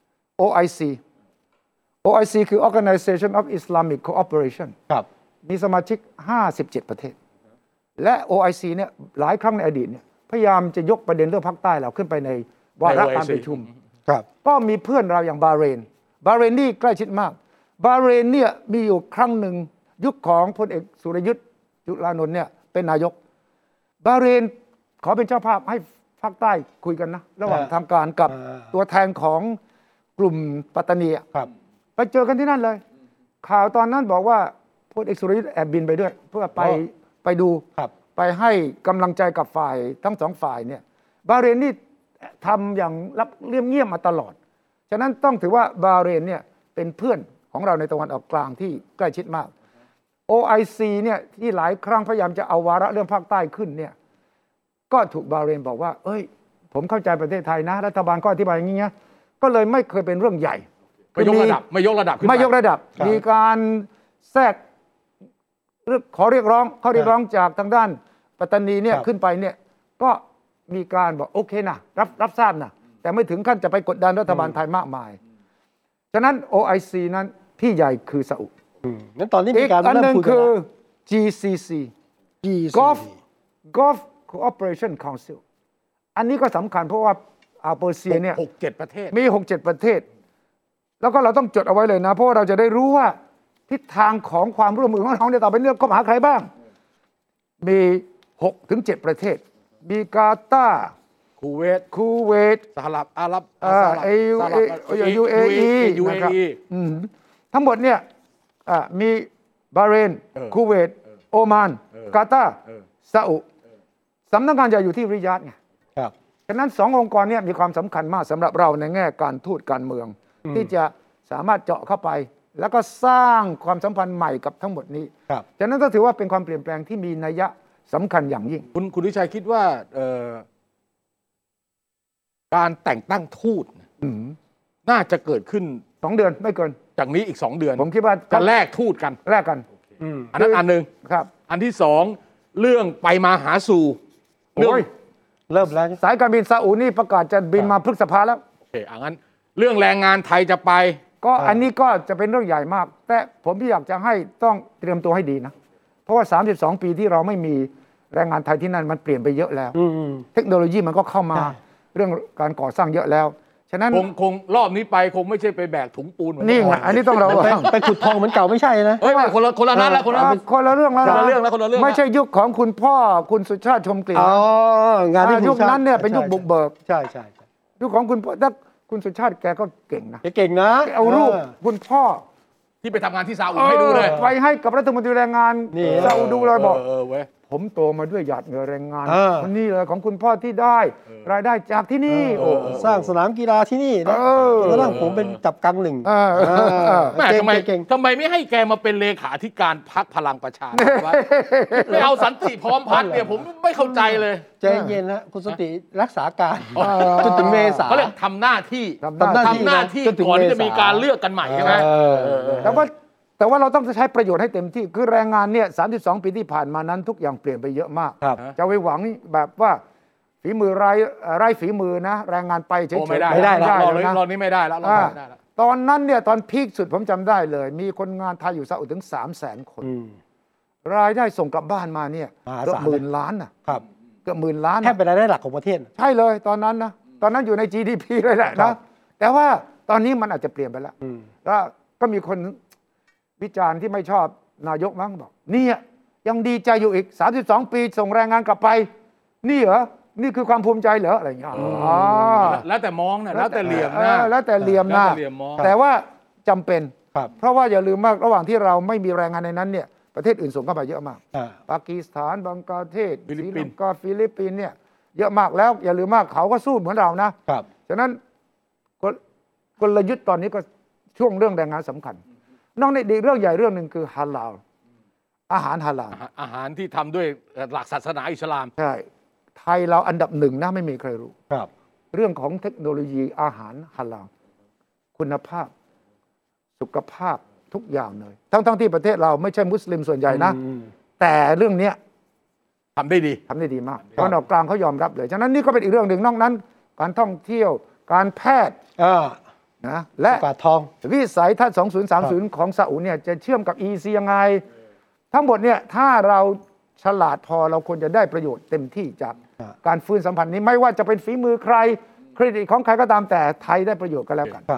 OIC คือ Organization of Islamic Cooperation ครับมีสมาชิก57ประเทศและ OIC เนี่ยหลายครั้งในอดีตเนี่ยพยายามจะยกประเด็นเรื่องภาคใต้เราขึ้นไปในวาระการประชุมก็มีเพื่อนเราอย่างบาเรนนี่ใกล้ชิดมากบาเรนเนี่ยมีอยู่ครั้งหนึ่งยุคของพลเอกสุรยุทธ์จุลานนท์เนี่ยเป็นนายกบาเรนขอเป็นเจ้าภาพให้ภาคใต้คุยกันนะระหว่างทางการกับตัวแทนของกลุ่มปัตตานีไปเจอกันที่นั่นเลยข่าวตอนนั้นบอกว่าพลเอกสุรยุทธ์แอบบินไปด้วยเพื่อไปดูไปให้กำลังใจกับฝ่ายทั้งสองฝ่ายเนี่ยบาเรนนี่ทำอย่างลับเงียบมาตลอดฉะนั้นต้องถือว่าบาเรนเนี่ยเป็นเพื่อนของเราในตะวันออกกลางที่ใกล้ชิดมาก OIC เนี่ยที่หลายครั้งพยายามจะเอาวาระเรื่องภาคใต้ขึ้นเนี่ยก็ถูกบาเรนบอกว่าเอ้ยผมเข้าใจประเทศไทยนะรัฐบาลก็อธิบายอย่างนี้นะก็เลยไม่เคยเป็นเรื่องใหญ่ไม่ยกระดับมีการแทรกขอเรียกร้องจากทางด้านปัตตานีเนี่ยขึ้นไปเนี่ยก็มีการบอกโอเคนะรับทราบนะแต่ไม่ถึงขั้นจะไปกดดันรัฐบาลไทยมากมายฉะนั้น OIC นั้นที่ใหญ่คือซาอุงั้นตอนนี้มีการเริ่มคุยกันคือ GCC Gulf Cooperation Council อันนี้ก็สำคัญเพราะว่าเปอร์เซียเนี่ย 6-7 ประเทศมี 6-7 ประเทศแล้วก็เราต้องจดเอาไว้เลยนะเพราะเราจะได้รู้ว่าทิศทางของความร่วมมือของเราเนี่ยต่อไปเรื่องคบหาใครบ้างมี 6-7 ประเทศมีกาตาร์คูเวตสหรัฐอาหรับ UAE นะครับทั้งหมดเนี่ยมีบาห์เรนคูเวตโอมานกาตาร์ซาอุสำนักงานใหญ่อยู่ที่ริยาดไงฉะนั้น2องค์กรนี้มีความสำคัญมากสำหรับเราในแง่การทูตการเมืองที่จะสามารถเจาะเข้าไปแล้วก็สร้างความสัมพันธ์ใหม่กับทั้งหมดนี้ฉะนั้นก็ถือว่าเป็นความเปลี่ยนแปลงที่มีนัยสำคัญอย่างยิ่งคุณวิชัยคิดว่าการแต่งตั้งทูตน่าจะเกิดขึ้น 2 เดือนไม่เกินจากนี้อีก2 เดือนผมคิดว่าจะแลกทูตกันอันนั้นอันหนึ่งครับอันที่2เรื่องไปมาหาสู่เริ่มแล้วสายการบินซาอุนี่ประกาศจะบินมาพฤษภาแล้วโอเคงั้นเรื่องแรงงานไทยจะไปก็อันนี้ก็จะเป็นเรื่องใหญ่มากแต่ผมอยากจะให้ต้องเตรียมตัวให้ดีนะเพราะว่า32 ปีที่เราไม่มีแรงงานไทยที่นั่นมันเปลี่ยนไปเยอะแล้วเทคโนโลยีมันก็เข้ามาเรื่องการก่อสร้างเยอะแล้วฉะนั้นคงรอบนี้ไปคงไม่ใช่ไปแบกถุงปูนนี่ไงอันนี้ต้องเราไปขุดทองเหมือนเก่าไม่ใช่นะคนละนั้นแล้วคนละเรื่องแล้วไม่ใช่ยุคของคุณพ่อคุณสุชาติชมกลิ่นงานยุคนั้นเนี่ยเป็นยุคบุกเบิกใช่ยุคของคุณพ่อคุณสุชาติแกก็เก่งนะเก่งนะเอารูปคุณพ่อที่ไปทำงานที่ซาอุให้ดูเลยไปให้กับรัฐมนตรีแรงงานซาอุดูเลยบอกเว้ยผมโตมาด้วยหยาดเหงื่อแรงงานคนนี้เลยของคุณพ่อที่ได้รายได้จากที่นี่สร้างสนามกีฬาที่นี่นะแล้วนั่งผมเป็นจับกังหนึ่งแม่ทำไมไม่ให้แกมาเป็นเลขาธิการพรรคพลังประชารัฐไม่เอาสันติพร้อมพัฒน์เนี่ยผมไม่เข้าใจเลยใจเย็นนะคุณสติรักษาการจนถึงเมษาเขาเรียกทำหน้าที่ก่อนที่จะมีการเลือกกันใหม่ใช่ไหมแต่ว่าเราต้องใช้ประโยชน์ให้เต็มที่คือแรงงานเนี่ย32 ปีที่ผ่านมานั้นทุกอย่างเปลี่ยนไปเยอะมากจะไปหวังแบบว่าฝีมือไร้ฝีมือนะแรงงานไปเฉยๆไม่ได้แล้วตอนนี้ไม่ได้แล้วตอนนั้นเนี่ยตอนพีคสุดผมจำได้เลยมีคนงานไทยอยู่ซาอุถึง 300,000 คนรายได้ส่งกลับบ้านมาเนี่ยเกือบ10,000 ล้านนะครับเกือบ10,000 ล้านแทบเป็นรายได้หลักของประเทศใช่เลยตอนนั้นนะตอนนั้นอยู่ใน GDP เลยแหละนะแต่ว่าตอนนี้มันอาจจะเปลี่ยนไปแล้วแล้วก็มีคนวิจารณ์ที่ไม่ชอบนายกมั้งบอกนี่ยังดีใจอยู่อีก32 ปีส่งแรงงานกลับไปนี่เหรอนี่คือความภูมิใจเหรออะไรอย่างเงี้ยแล้วแต่มองนะแล้วแต่เหลี่ยมนะแล้วแต่เหลี่ยมนะแต่ว่าจำเป็นเพราะว่าอย่าลืมมากระหว่างที่เราไม่มีแรงงานในนั้นเนี่ยประเทศอื่นส่งเข้ามาเยอะมากปากีสถานบังกลาเทศฟิลิปปินส์เนี่ยเยอะมากแล้วอย่าลืมมากเขาก็สู้เหมือนเรานะฉะนั้นกลยุทธ์ตอนนี้ก็ช่วงเรื่องแรงงานสำคัญนอกจากนี้เรื่องใหญ่เรื่องหนึ่งคือฮาลาลอาหารฮาลาลอาหารที่ทำด้วยหลักศาสนาอิสลามใช่ไทยเราอันดับ1นะไม่มีใครรู้เรื่องของเทคโนโลยีอาหารฮาลาลคุณภาพสุขภาพทุกอย่างเลยทั้งที่ประเทศเราไม่ใช่มุสลิมส่วนใหญ่นะแต่เรื่องนี้ทำได้ดีมากตอนออกกลางเขายอมรับเลยฉะนั้นนี่ก็เป็นอีกเรื่องหนึ่งนอกนั้นการท่องเที่ยวการแพทย์นะและวิสัยทัศน์2030ของซาอุเนี่ยจะเชื่อมกับ EC ยังไงทั้งหมดเนี่ยถ้าเราฉลาดพอเราควรจะได้ประโยชน์เต็มที่จากการฟื้นสัมพันธ์นี้ไม่ว่าจะเป็นฝีมือใครเครดิตของใครก็ตามแต่ไทยได้ประโยชน์กันแล้วกัน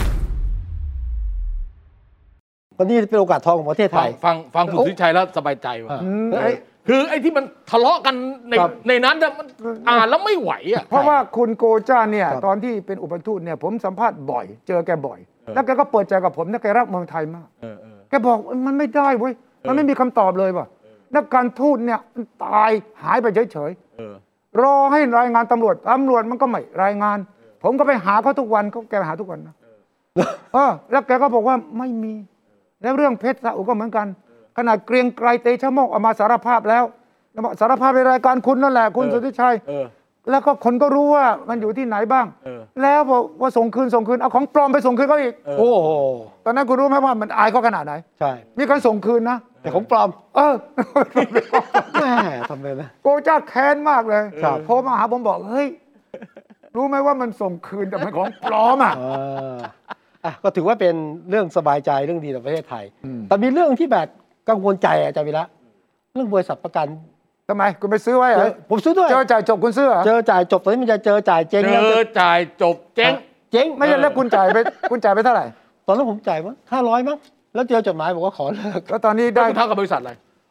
วันนี้เป็นโอกาสทองของประเทศไทยฟังคุณสุทธิชัยแล้วสบายใจว่ะคือไอ้ที่มันทะเลาะกันในนั้นมันอ่านแล้วไม่ไหวอ่ะเพราะว่าคุณโกจ้าเนี่ยตอนที่เป็นอุปทูตเนี่ยผมสัมภาษณ์บ่อยเจอแกบ่อยแล้วแกก็เปิดใจกับผมนะแกรักเมืองไทยมากแกบอกมันไม่ได้เว้ยมันไม่มีคำตอบเลยว่ะนักการทูตเนี่ยตายหายไปเฉยๆรอให้รายงานตำรวจมันก็ไม่รายงานผมก็ไปหาเขาทุกวันแกไปหาทุกวันนะแล้วแกก็บอกว่าไม่มีแล้วเรื่องเพชรซาอุก็เหมือนกันขนาดเกรียงไกรเตชะโมกออกมาสารภาพแล้วสารภาพในรายการคุณนั่นแหละคุณสุทธิชัยแล้วก็คนก็รู้ว่ามันอยู่ที่ไหนบ้างแล้วว่าส่งคืนเอาของปลอมไปส่งคืนเขาอีกโอ้โหตอนนั้นคุณรู้ไหมว่ามันอายเขาขนาดไหนใช่มีการส่งคืนนะแต่ของปลอมแม่ทำไมนะโกจ้าแค้นมากเลยโทรมาหาผมบอกเฮ้ยรู้ไหมว่ามันส่งคืนแต่มันของปลอมก็ถือว่าเป็นเรื่องสบายใจเรื่องดีต่อประเทศไทยแต่มีเรื่องที่แบบกังวลใจอาจารย์วีระเรื่องบริษัทประกันทำไมคุณไปซื้อไว้เหรอผมซื้อด้วยเจอจ่ายจบคุณซื้อเหรอเจอจ่ายจบตอนนี้มันจะเจอจ่ายเจ๊งเจอจ่ายจบเจ๊งไม่ใช่แล้วคุณจ่ายไปเท่าไหร่ตอนนั้นผมจ่ายมั้ง500มั้งแล้วเจอจดหมายบอกว่าขอเลิกแล้วตอนนี้ได้เท่ากับบริษัทอะไร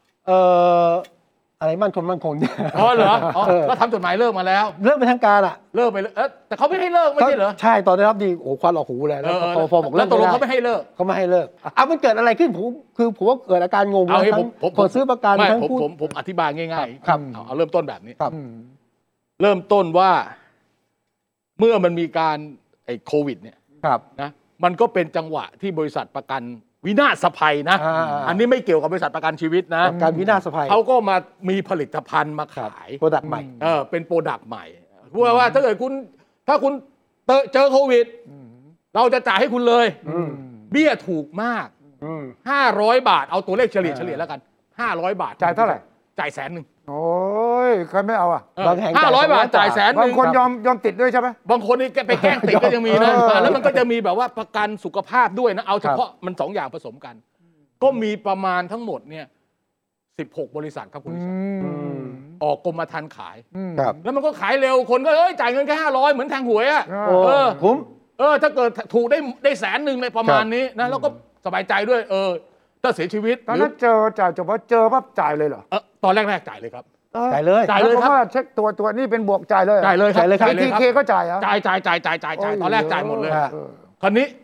อะไรมั่นคงเนี่ยเหรอแล้วทำจดหมายเลิกมาแล้วเลิกเป็นทางการเลิกไปแต่เขาไม่ให้เลิกไม่ใช่เหรอใช่ตอนได้รับดีโอ้ควันออกหูเลยแล้วพอบอกเลิกตกลงเขาไม่ให้เลิกมันเกิดอะไรขึ้นผมว่าเกิดอาการงงทั้งคนซื้อประกันทั้งผู้ผมอธิบายง่ายๆครับเอาเริ่มต้นแบบนี้เริ่มต้นว่าเมื่อมันมีการโควิดเนี่ยนะมันก็เป็นจังหวะที่บริษัทประกันวินาศภัยนะอันนี้ไม่เกี่ยวกับบริษัทประกันชีวิตนะการวินาศภัยเขาก็มามีผลิตภัณฑ์มาขายโปรดักต์ใหม่เป็นโปรดักต์ใหม่เพราะว่าถ้าเกิดถ้าคุณเจอโควิดเราจะจ่ายให้คุณเลยเบี้ยถูกมาก500 บาทเอาตัวเลขเฉลี่ยแล้วกัน500 บาทจ่ายเท่าไหร่จ่าย100,000 โอ้ยใครไม่เอาบางแห่ง 500 บาทจ่าย100,000บางคนยอมติดด้วยใช่ไหมบางคนนี่ไปแกล้งติดก็ยังมีนะแล้วมันก็จะมีแบบว่าประกันสุขภาพด้วยนะเอาเฉพาะมัน2อย่างผสมกันก็มีประมาณทั้งหมดเนี่ย16 บริษัทครับคุณผู้ชมออกกรมธรรม์ขายแล้วมันก็ขายเร็วคนก็จ่ายเงินแค่500เหมือนแทงหวยคุ้มถ้าเกิดถูกได้100,000เลยประมาณนี้นะแล้วก็สบายใจด้วยถ้าเสียชีวิตตอนนั้นเจอจ่ายจบว่าเจอปั๊บจ่ายเลยเหรอตอนแรกจ่ายเลยครับจ่ายเลยครับเช็คตัวนี่เป็นบวกจ่ายเลยครับทีเคก็จ่ายเหรอจ่ายตอนแรกจ่ายหมดเลยคราวนี้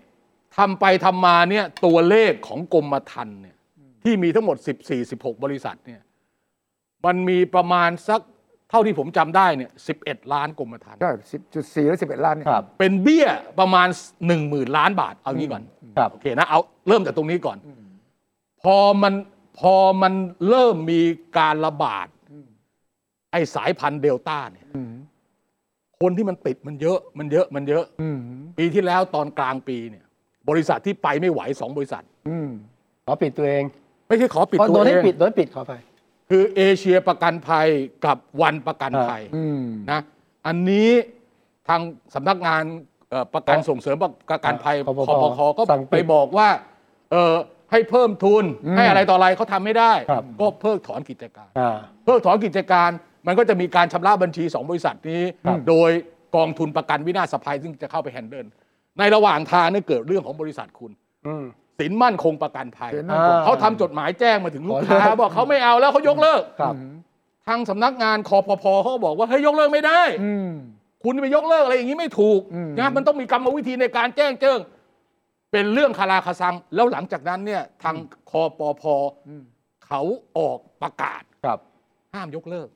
ทำไปทำมาเนี่ยตัวเลขของกรมธรรม์เนี่ยที่มีทั้งหมด14-16 บริษัทเนี่ยมันมีประมาณสักเท่าที่ผมจำได้เนี่ย11 ล้านกรมธรรม์ใช่10.4 หรือ 11 ล้านเนี่ยเป็นเบี้ยประมาณ 10,000 ล้านบาทเอางี้ก่อนโอเคนะเอาเริ่มจากตรงนี้ก่อนพอมันเริ่มมีการระบาดไอ้สายพันธุ์เดลต้าเนี่ยคนที่มันติดมันเยอะปีที่แล้วตอนกลางปีเนี่ยบริษัทที่ไปไม่ไหว2 บริษัทขอปิดตัวเองไม่ใช่ขอปิดตัวเองโดนปิดขอไปคือเอเชียประกันภัยกับวันประกันภัยนะอันนี้ทางสำนักงานประกันส่งเสริมประกันภัยคปค.ก็ไปบอกว่าให้เพิ่มทุนให้อะไรต่ออะไรเขาทำไม่ได้ก็เพิกถอนกิจการเพิกถอนกิจการมันก็จะมีการชำระบัญชี2 บริษัทนี้โดยกองทุนประกันวินาศภัยซึ่งจะเข้าไปแฮนเดิลในระหว่างทางนี่เกิดเรื่องของบริษัทคุณสินมั่นคงประกันภัยเขาทำจดหมายแจ้งมาถึงลูกค้าบอกเขาไม่เอาแล้วเขายกเลิกทางสำนักงานคปภเขาบอกว่าเฮ้ยยกเลิกไม่ได้คุณไปยกเลิกอะไรอย่างนี้ไม่ถูกนะมันต้องมีกรรมวิธีในการแจ้งเจิงเป็นเรื่องคาราคาซังแล้วหลังจากนั้นเนี่ยทางคปภเขาออกประกาศห้ามยกเลิก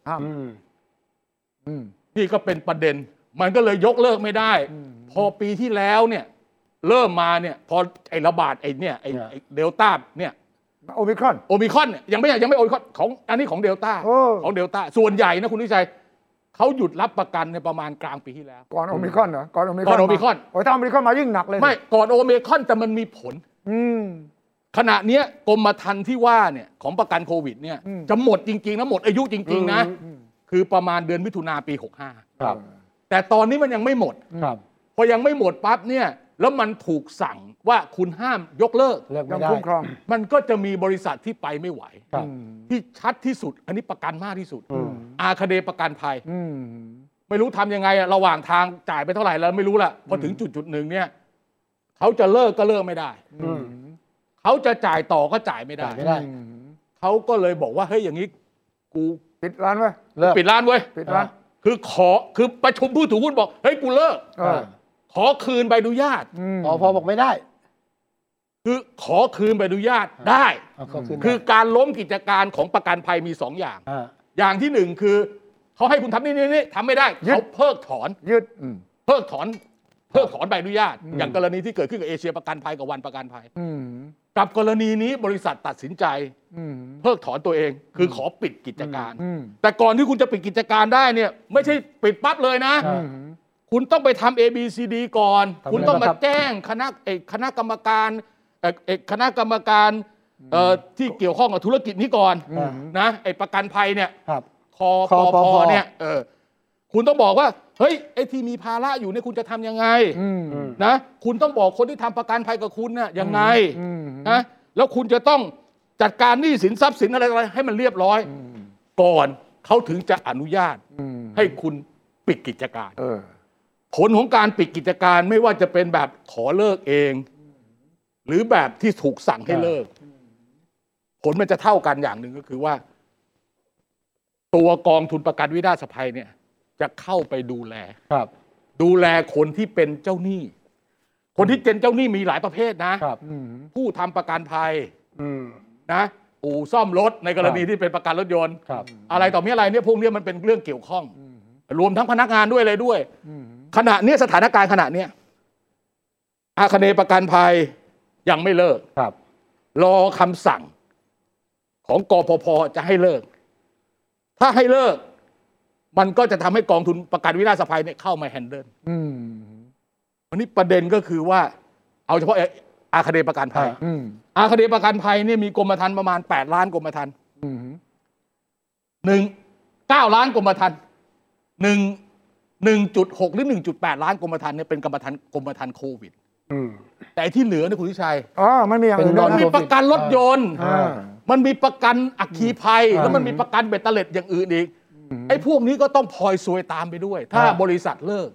นี่ก็เป็นประเด็นมันก็เลยยกเลิกไม่ได้พอปีที่แล้วเนี่ยเริ่มมาเนี่ยพอไอ้ระบาดไอ้เดลต้าเนี่ยโอมิครอนเนี่ยยังไม่โอมิครอนของอันนี้ของเดลต้าส่วนใหญ่นะคุณวิชัยเขาหยุดรับประกันในประมาณกลางปีที่แล้วก่อนโอมิครอนเหรอก่อนโอมิครอนโอ้ยถ้าโอมิครอนมายิ่งหนักเลยไม่ก่อนโอมิครอนแต่มันมีผลขณะนี้กรมธรรม์ที่ว่าเนี่ยของประกันโควิดเนี่ยจะหมดจริงๆนะหมดอายุจริงๆนะคือประมาณเดือนมิถุนาปี65 ครับแต่ตอนนี้มันยังไม่หมดพอยังไม่หมดปั๊บเนี่ยแล้วมันถูกสั่งว่าคุณห้ามยกเลิกไม่ได้มันก็จะมีบริษัทที่ไปไม่ไหวที่ชัดที่สุดอันนี้ประกันมากที่สุดอาคเนย์ประกันภัยไม่รู้ทำยังไงระหว่างทางจ่ายไปเท่าไหร่แล้วไม่รู้ละพอถึงจุดหนึ่งเนี่ยเขาจะเลิกก็เลิกไม่ได้เขาจะจ่ายต่อก็จ่ายไม่ได้เขาก็เลยบอกว่าเฮ้ยอย่างนี้กูปิดร้านไว้ปิดร้านเว้ยคือประชุมผู้ถือหุ้นบอกเฮ้ยกูเลิกขอคืนใบอนุญาตพอบอกไม่ได้คือขอคืนใบอนุญาตได้คือการล้มกิจการของประกันภัยมี2 อย่างอย่างที่1คือเขาให้คุณทำนี่ทำไม่ได้เขาเพิกถอนเพิกถอนใบอนุญาตอย่างกรณีที่เกิดขึ้นกับเอเชียประกันภัยกับวันประกันภัยกับกรณีนี้บริษัทตัดสินใจเพิกถอนตัวเองคือขอปิดกิจการแต่ก่อนที่คุณจะปิดกิจการได้เนี่ยไม่ใช่ปิดปั๊บเลยนะคุณต้องไปทำ ABCD ก่อนคุณต้องมาแจ้งคณะกรรมการที่เกี่ยวข้องกับธุรกิจนี้ก่อนนะไอ้ประกันภัยเนี่ยคปภเนี่ยคุณต้องบอกว่าเฮ้ยไอ้ที่มีภาระอยู่เนี่ยคุณจะทำยังไงนะคุณต้องบอกคนที่ทำประกันภัยกับคุณเนี่ยยังไงนะแล้วคุณจะต้องจัดการหนี้สินทรัพย์สินอะไรให้มันเรียบร้อยก่อนเขาถึงจะอนุญาตให้คุณปิดกิจการผลของการปิดกิจการไม่ว่าจะเป็นแบบขอเลิกเองหรือแบบที่ถูกสั่งให้เลิกผลมันจะเท่ากันอย่างหนึ่งก็คือว่าตัวกองทุนประกันวินาศภัยเนี่ยจะเข้าไปดูแลคนที่เป็นเจ้าหนี้คนที่เป็นเจ้าหนี้มีหลายประเภทนะผู้ทำประกันภัยนะอู่ซ่อมรถในกรณีที่เป็นประกันรถยนต์อะไรต่อมีอะไรเนี่ยพวกนี้มันเป็นเรื่องเกี่ยวข้องรวมทั้งพนักงานด้วยอะไรด้วยขณะนี้สถานการณ์ขณะนี้อาคเนย์ประกันภัยยังไม่เลิกรอคำสั่งของกปภจะให้เลิกถ้าให้เลิกมันก็จะทำให้กองทุนประกันวินาศภัยเนี่ยเข้ามาแฮนเดิลวันนี้ประเด็นก็คือว่าเอาเฉพาะอาคเนย์ประกันภัยอาคเนย์ประกันภัยเนี่ยมีกรมธรรม์ประมาณ8 ล้านกรมธรรม์9 ล้านกรมธรรม์1.6 หรือ 1.8 ล้านกรมธรรม์เนี่ยเป็นกรมธรรม์โควิดแต่ที่เหลือเนี่ยคุณวิชัยมันมีอย่างอื่นมันมีประกันรถยนต์มันมีประกันอัคคีภัยแล้วมันมีประกันเบ็ดเตล็ดอย่างอื่นอีกไอ้พวกนี้ก็ต้องพลอยซวยตามไปด้วยถ้าบริษัทเลิก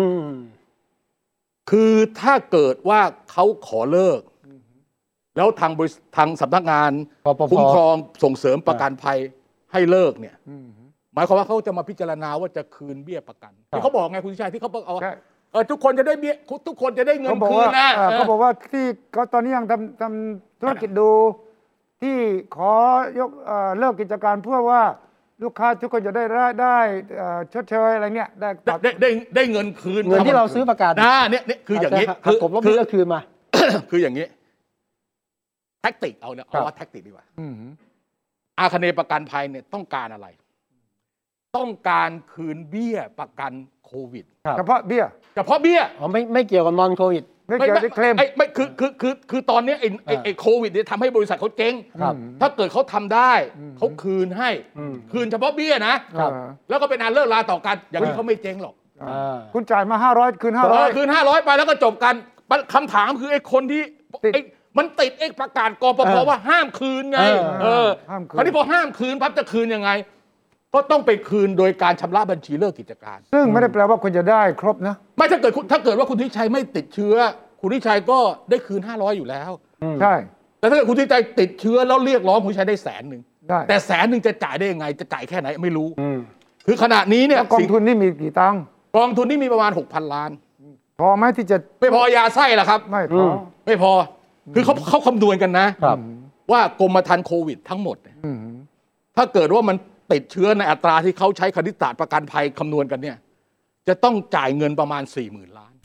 คือถ้าเกิดว่าเขาขอเลิกแล้วทางสำนักงานคุ้มครองส่งเสริมประกันภัยให้เลิกเนี่ยหมายความว่าเขาจะมาพิจารณาว่าจะคืนเบี้ยประกันที่เขาบอกไงคุณชัยที่เขาเอาทุกคนจะได้เบี้ยทุกคนจะได้เงินคืนนะเขาบอกว่าที่เขาตอนนี้ยังทำธุรกิจดูที่ขอยกเลิกกิจการเพื่อว่าลูกค้าทุกคนจะได้ชดเชยอะไรเงี้ยได้เงินคืนเงินที่เราซื้อประกันเนี่ยคืออย่างนี้คือผมลบเบี้ยคืนมาคืออย่างนี้แท็กติกเอาว่าแท็กติกดีกว่าอาคเนย์ประกันภัยเนี่ยต้องการอะไรต้องการคืนเบี้ยประกันโควิดเฉพาะเบี้ยไม่เกี่ยวกับนอนโควิดไม่เกี่ยวกับเคลมไม่คือตอนนี้ไอ้โควิดเนี่ยทำให้บริษัทเขาเจ๊งถ้าเกิดเขาทำได้เขาคืนให้คืนเฉพาะเบี้ยนะแล้วก็เป็นอันเลิกลาต่อกันอย่างนี้เขาไม่เจ๊งหรอกคุณจ่ายมา500คืน 500ไปแล้วก็จบกันคำถามคือไอ้คนที่มันติดไอ้ประกาศกปปว่าห้ามคืนไงคราวนี้พอห้ามคืนปั๊บจะคืนยังไงก็ต้องไปคืนโดยการชำระบัญชีเลิกกิจการซึ่งไม่ได้แปลว่าคุณจะได้ครบนะไม่ถ้าเกิดว่าคุณทิชัยไม่ติดเชื้อคุณทิชัยก็ได้คืน500อยู่แล้วใช่แต่ถ้าเกิดคุณทิชัยติดเชื้อแล้วเรียกร้องคุณทิชัยได้100,000แต่100,000จะจ่ายได้ยังไงจะจ่ายแค่ไหนไม่รู้คือขณะนี้เนี่ยกองทุนนี่มีกี่ตังค์กองทุนนี่มีประมาณ 6,000 ล้านพอไหมที่จะไม่พอยาไส้หรอครับไม่พอคือเขาคำนวณกันนะว่ากรมธรรม์โควิดทั้งหมดถ้าเกิดว่ามันติดเชื้อในอัตราที่เขาใช้คณิตศาสตร์ประกันภัยคำนวณกันเนี่ยจะต้องจ่ายเงินประมาณ 40,000 ล้าน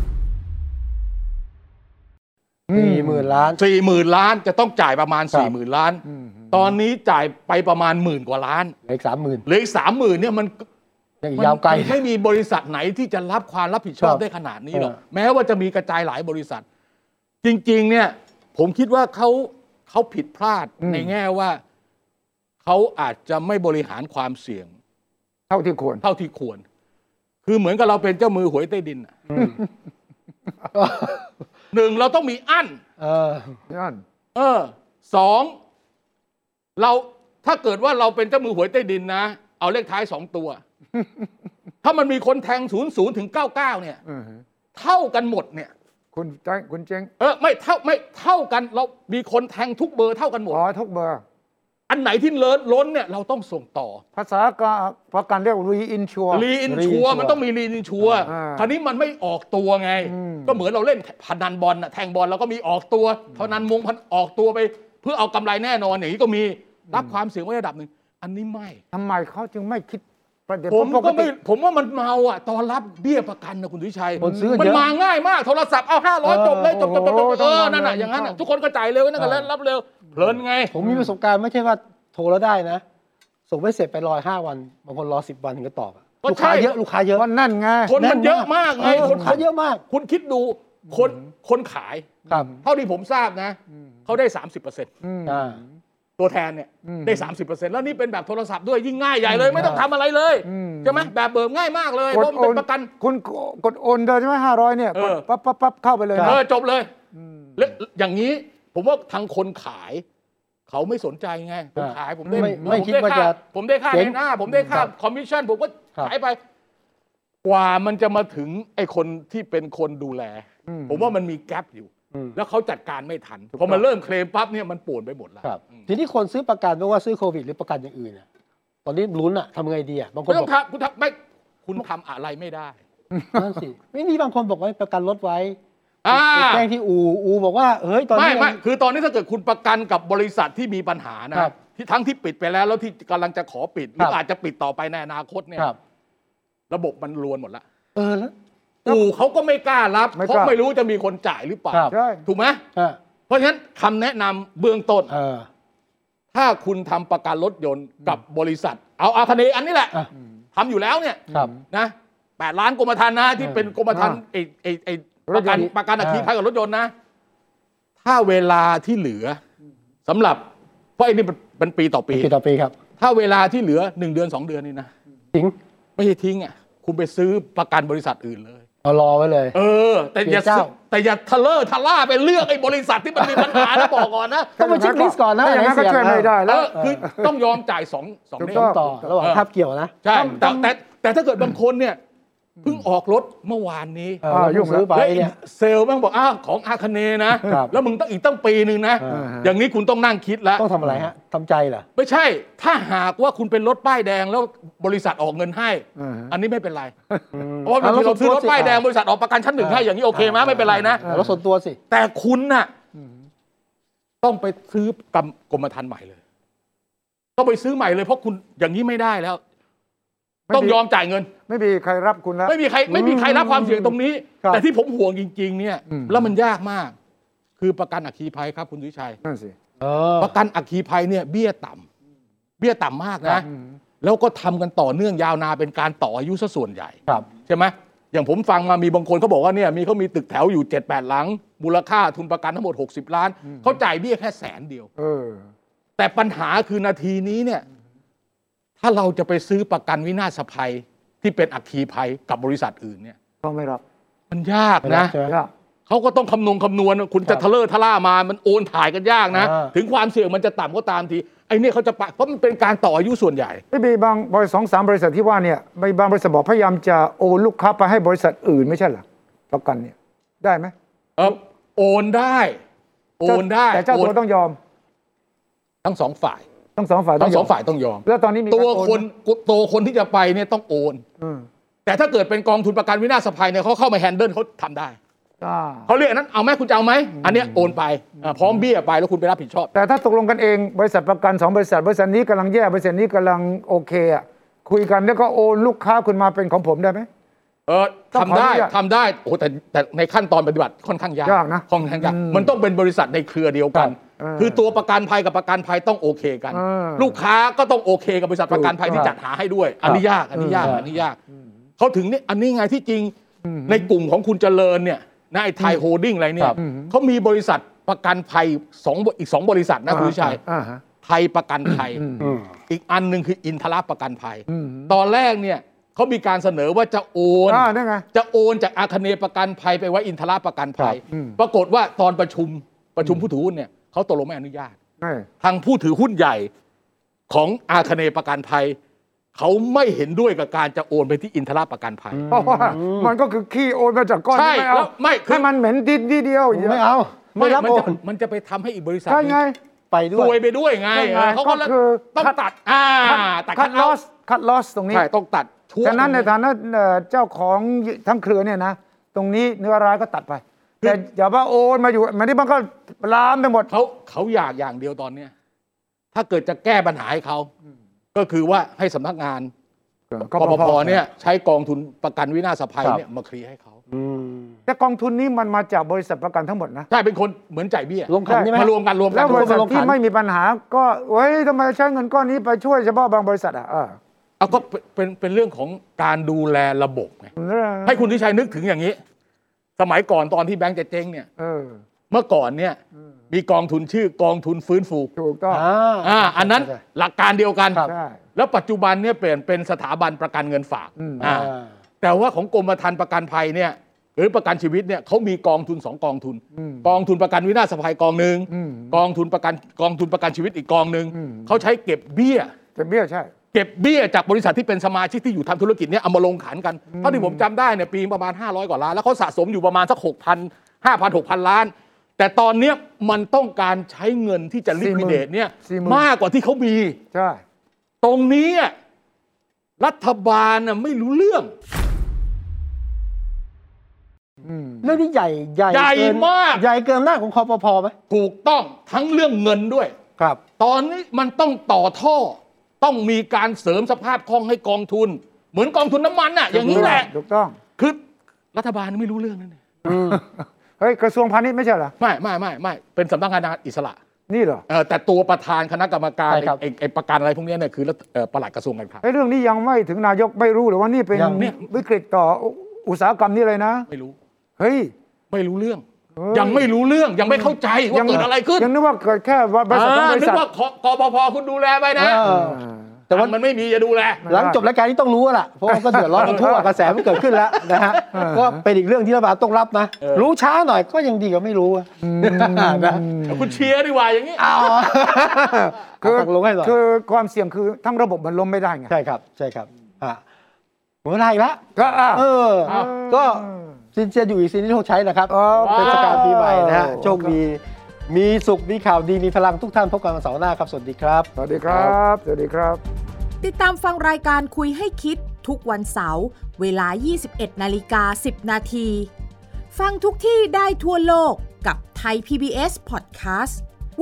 40,000 ล้านจะต้องจ่ายประมาณ 40,000 ล้านตอนนี้จ่ายไปประมาณ10,000 กว่าล้านเหลืออีก 30,000 เนี่ยมันยาวไกลไม่มีบริษัทไหนที่จะรับความรับผิดชอบได้ขนาดนี้หรอกแม้ว่าจะมีกระจายหลายบริษัทจริงๆเนี่ยผมคิดว่าเขาผิดพลาดในแง่ว่าเขาอาจจะไม่บริหารความเสี่ยงเท่าที่ควรคือเหมือนกับเราเป็นเจ้ามือหวยใต้ดิน1เราต้องมีอั้น2เราถ้าเกิดว่าเราเป็นเจ้ามือหวยใต้ดินนะเอาเลขท้าย2ตัวถ้ามันมีคนแทง00 ถึง 99เนี่ยเท่ากันหมดเนี่ยคุณเจ๊งไม่เท่ากันเรามีคนแทงทุกเบอร์เท่ากันหมดทุกเบอร์อันไหนที่ล้นเนี่ยเราต้องส่งต่อภาษาประกันเรียก reinsure มันต้องมี reinsure คราวนี้มันไม่ออกตัวไงก็เหมือนเราเล่นพนันบอลแทงบอลเราก็มีออกตัวพนันมงออกตัวไปเพื่อเอากำไรแน่นอนอย่างนี้ก็มีรับความเสี่ยงไว้ระดับหนึ่งอันนี้ไม่ทำไมเขาจึงไม่คิดผมว่ามันเมาอ่ะตอนรับเบี้ยประกันนะคุณวิชัยมันมาง่ายมากโทรศัพท์เอา500จบเลยจบนั่นน่ะอย่างนั้นทุกคนก็จ่ายเร็วนั่นก็รับเร็วเพลินไงผมมีประสบการณ์ไม่ใช่ว่าโทรแล้วได้นะส่งไม่เสร็จไปรอ5 วันบางคนรอ10 วันถึงจะตอบลูกค้าเยอะนั่นไงคนมันเยอะมากไงคนขายเยอะมากคุณคิดดูคนขายเท่าที่ผมทราบนะเขาได้ 30%ตัวแทนเนี่ยได้ 30% แล้วนี่เป็นแบบโทรศัพท์ด้วยยิ่งง่ายใหญ่เลยไม่ต้องทำอะไรเลยใช่ไหมแบบเบิกง่ายมากเลยเพราะเป็นประกันคุณกดโอนเลยใช่ไหม500เนี่ยปั๊บเข้าไปเลยจบเลยแล้วอย่างนี้ผมว่าทางคนขายเขาไม่สนใจไงผมขายผมได้ไม่คิดว่าจะผมได้ค่าในหน้าผมได้ค่าคอมมิชชั่นผมก็ขายไปกว่ามันจะมาถึงไอ้คนที่เป็นคนดูแลผมว่ามันมีแกลบอยู่แล้วเขาจัดการไม่ทันพอมันเริ่มเคลมปั๊บเนี่ยมันป่วนไปหมดแล้วทีนี้คนซื้อประกันไม่ว่าซื้อโควิดหรือประกันอย่างอื่นอ่ะตอนนี้ลุ้นอ่ะทำไงดีอ่ะบางคนบอกคุณทำอะไรไม่ได้นั่นสิไม่มีบางคนบอกว่าประกันรถไว้แจ้งที่อูบอกว่าเฮ้ยตอนนี้ไม่คือตอนนี้ถ้าเกิดคุณประกันกับบริษัทที่มีปัญหานะที่ทั้งที่ปิดไปแล้วที่กำลังจะขอปิดหรืออาจจะปิดต่อไปในอนาคตเนี่ยระบบมันรวนหมดแล้วเขาก็ไม่กล้ารับเพราะไม่รู้จะมีคนจ่ายหรือเปล่าถูกไหมเพราะฉะนั้นคำแนะนำเบื้องต้นถ้าคุณทำประกันรถยนต์กับบริษัทเอาอาคเนย์อันนี้แหละทำอยู่แล้วเนี่ยนะ8 ล้านกรมธรรม์นะที่เป็นกรมธรรม์ประกันอัคคีภัยกับรถยนต์นะถ้าเวลาที่เหลือสำหรับเพราะไอ้นี่เป็นปีต่อปีครับถ้าเวลาที่เหลือ1 เดือน 2 เดือนนี่นะทิ้งไม่ใช่ทิ้งอ่ะคุณไปซื้อประกันบริษัทอื่นเลยรอไว้เลยแต่อย่าทะล่าไปเลือกไอ้บริษัทที่มันมีปัญหานะบอกก่อนนะต้องไปเช็คลิสต์ก่อนนะอย่างนั้นก็ช่วยไม่ได้แล้วคือต้องยอมจ่าย2 ต่อระหว่างภาพเกี่ยวนะใช่แต่ถ้าเกิดบางคนเนี่ยเพิ่งออกรถเมื่อวานนี้ยุ่งซื้อไปเนี่ยเซลล์แม่งบอกของอาคเนย์นะแล้วมึงต้องอีกตั้งปีหนึ่งนะอย่างนี้คุณต้องนั่งคิดแล้วต้องทำอะไรฮะทำใจเหรอไม่ใช่ถ้าหากว่าคุณเป็นรถป้ายแดงแล้วบริษัทออกเงินให้อันนี้ไม่เป็นไรเพราะว่าเราซื้อรถป้ายแดงบริษัทออกประกันชั้น 1ให้อย่างนี้โอเคไหมไม่เป็นไรนะรถส่วนตัวสิแต่คุณน่ะต้องไปซื้อกรมธรรม์ใหม่เลยต้องไปซื้อใหม่เลยเพราะคุณอย่างนี้ไม่ได้แล้วต้องยอมจ่ายเงินไม่มีใครรับคุณแล้วไม่มีใครรับความเสี่ยงตรงนี้แต่ที่ผมห่วงจริงๆเนี่ยแล้วมันยากมากคือประกันอัคคีภัยครับคุณสุวิชัยนั่นสิประกันอัคคีภัยเนี่ยเบี้ยต่ำมากนะแล้วก็ทำกันต่อเนื่องยาวนานเป็นการต่ออายุซะส่วนใหญ่ใช่ไหมอย่างผมฟังมามีบางคนเขาบอกว่าเนี่ยเขามีตึกแถวอยู่ 7-8 หลังมูลค่าทุนประกันทั้งหมด60 ล้านเขาจ่ายเบี้ยแค่100,000เดียวแต่ปัญหาคือนาทีนี้เนี่ยถ้าเราจะไปซื้อประกันวินาศภัยที่เป็นอัคคีภัยกับบริษัทอื่นเนี่ยก็ไม่รับมันยากนะเขาก็ต้องคำนวณคุณจะทะเลาะทะล่ามามันโอนถ่ายกันยากนะถึงความเสี่ยงมันจะต่ำก็ตามทีไอ้นี่เขาจะเพราะมันเป็นการต่ออายุส่วนใหญ่ไม่มีบางบริษัท2-3 บริษัทที่ว่าเนี่ยบางบริษัทบอกพยายามจะโอนลูกค้าไปให้บริษัทอื่นไม่ใช่หรอประกันเนี่ยได้ไหมโอนได้แต่เจ้าตัวต้องยอมทั้งสองฝ่ายทั้งสองฝ่ายต้องยอมแล้วตอนนี้มีตัวคนที่จะไปเนี่ยต้องโอนแต่ถ้าเกิดเป็นกองทุนประกันวินาศภัยเนี่ยเขาเข้ามาแฮนเดิลเขาทำได้เขาเรียกนั้นเอาไหมคุณจะเอาไหมอันนี้โอนไปพร้อมเบี้ยไปแล้วคุณไปรับผิดชอบแต่ถ้าตกลงกันเองบริษัทประกัน2 บริษัทนี้กำลังแย่บริษัทนี้กำลังโอเคอ่ะคุยกันแล้วก็โอนลูกค้าคุณมาเป็นของผมได้ไหมทำได้โอ้แต่ในขั้นตอนปฏิบัติค่อนข้างยากนะค่อนข้างยากมันต้องเป็นบริษัทในเครือเดียวกันคือตัวประกันภัยกับประกันภัยต้องโอเคกันลูกค้าก็ต้องโอเคกับบริษัทประกันภัยที่จัดหาให้ด้วยอันนี้ยากเขาถึงนี่อันนี้ไงที่จริงในกลุ่มของคุณเจริญเนี่ยนะไอ้ไทยโฮลดิ้งอะไรเนี่ยเขามีบริษัทประกันภัยอีก2 บริษัทนะคุณวิชัยไทยประกันภัยอีกอันนึงคืออินทราประกันภัยตอนแรกเนี่ยเขามีการเสนอว่าจะโอนจากอาคเนย์ประกันภัยไปไว้อินทราประกันภัยปรากฏว่าตอนประชุมผู้ถือหุ้นเนี่ยเขาตกลงไม่อนุญาตทางผู้ถือหุ้นใหญ่ของอาคเนย์ประกันภัยเขาไม่เห็นด้วยกับการจะโอนไปที่อินทราประกันภัยเพราะว่ามันก็คือขี้โอนมาจากก้อนไม่เอาให้มันเหม็นดินเดียวไม่เอาไม่รับโอนมันจะไปทำให้อีกบริษัทไปด้วยซวยไปด้วยไงเขาก็ต้องตัดคัดลอสตรงนี้ใช่ต้องตัดฉะนั้นในฐานะเจ้าของทั้งเครือเนี่ยนะตรงนี้เนื้อร้ายก็ตัดไปแต่อย่าว่าโอนมาอยู่มันนี่มันก็ลามไปหมดเขาอยากอย่างเดียวตอนเนี้ยถ้าเกิดจะแก้ปัญหาให้เขาก็คือว่าให้สำนักงานกปภเนี่ยใช้กองทุนประกันวินาศภัยเนี่ยมาเคลียร์ให้เขาแต่กองทุนนี้มันมาจากบริษัทประกันทั้งหมดนะใช่เป็นคนเหมือนจ่ายเบี้ยรวมกันใช่ไหมมารวมกันแล้วบริษัทที่ไม่มีปัญหาก็เฮ้ยทำไมใช้เงินก้อนนี้ไปช่วยเฉพาะบางบริษัทก็เป็นเรื่องของการดูแลระบบไงให้คุณทิชัยนึกถึงอย่างนี้สมัยก่อนตอนที่แบงก์จะเจ๊งเนี่ยเมื่อก่อนเนี่ยมีกองทุนชื่อกองทุนฟื้นฟูถูกต้องอันนั้นหลักการเดียวกันแล้วปัจจุบันเนี่ยเปลี่ยนเป็นสถาบันประกันเงินฝากแต่ว่าของกรมธรรม์ประกันภัยเนี่ยหรือประกันชีวิตเนี่ยเขามีกองทุน2 กองทุนกองทุนประกันวินาศภัยกองหนึ่งกองทุนประกันชีวิตอีกกองหนึ่งเขาใช้เก็บเบี้ยใช่เก็บเบี้ยจากบริษัทที่เป็นสมาชิกที่อยู่ทำธุรกิจเนี่ยเอามาลงขันกันเท่าที่ผมจำได้เนี่ยปีประมาณ500 กว่าล้านแล้วเขาสะสมอยู่ประมาณสัก6,000 ล้านแต่ตอนนี้มันต้องการใช้เงินที่จะลิควิดเดตเนี่ยมากกว่าที่เขามีใช่ตรงนี้รัฐบาลไม่รู้เรื่องเรื่องนี้ใหญ่มากใหญ่เกินหน้าของคปภ.ไหมถูกต้องทั้งเรื่องเงินด้วยครับตอนนี้มันต้องต่อท่อต้องมีการเสริมสภาพคล่องให้กองทุนเหมือนกองทุนน้ำมันอย่างนี้แหละถูกต้องคือรัฐบาลไม่รู้เรื่องนั่นเองเฮ้ยกระทรวงพาณิชย์ไม่ใช่เหรอไม่เป็นสำนักงานอิสระนี่เหรอแต่ตัวประธานคณะกรรมการไอ้ประกันอะไรพวกนี้เนี่ยคือปลัดกระทรวงการคลังเรื่องนี้ยังไม่ถึงนายกไม่รู้หรือว่านี่เป็นวิกฤตต่ออุตสาหกรรมนี่เลยนะไม่รู้เฮ้ยไม่รู้เรื่องยังไม่รู้เรื่องยังไม่เข้าใจว่าเกิดอะไรขึ้นยังนึกว่าเกิดแค่บริษัทนึกว่ากปภ.คุณดูแลไปนะแต่ว่ามันไม่มีจะดูแลหลังจบรายการนี้ต้องรู้ล่ะเพราะก็เดือดร้อนกันทั่วกระแสมันเกิดขึ้นแล้วนะฮะก็เป็นอีกเรื่องที่รัฐบาลต้องรับนะรู้ช้าหน่อยก็ยังดีกว่าไม่รู้นะคุณเชียร์ดีกว่าอย่างนี้คือความเสี่ยงคือทั้งระบบมันล้มไม่ได้ไงใช่ครับหมดเวลาอีกแล้วก็ก็ซินเจียอยู่อีกซินที่โชคใช้นะครับเทศกาลปีใหม่นะฮะโชคดีมีสุขมีข่าวดีมีพลังทุกท่านพบกันวันเสาร์หน้าครับสวัสดีครับสวัสดีครับสวัสดีครับติดตามฟังรายการคุยให้คิดทุกวันเสาร์เวลา 21:10 นาทีฟังทุกที่ได้ทั่วโลกกับ Thai PBS Podcast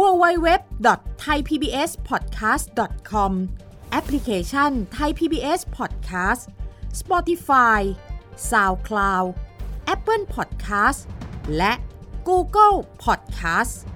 www.thaipbspodcast.com แอปพลิเคชัน Thai PBS Podcast Spotify SoundCloud Apple Podcast และ Google Podcast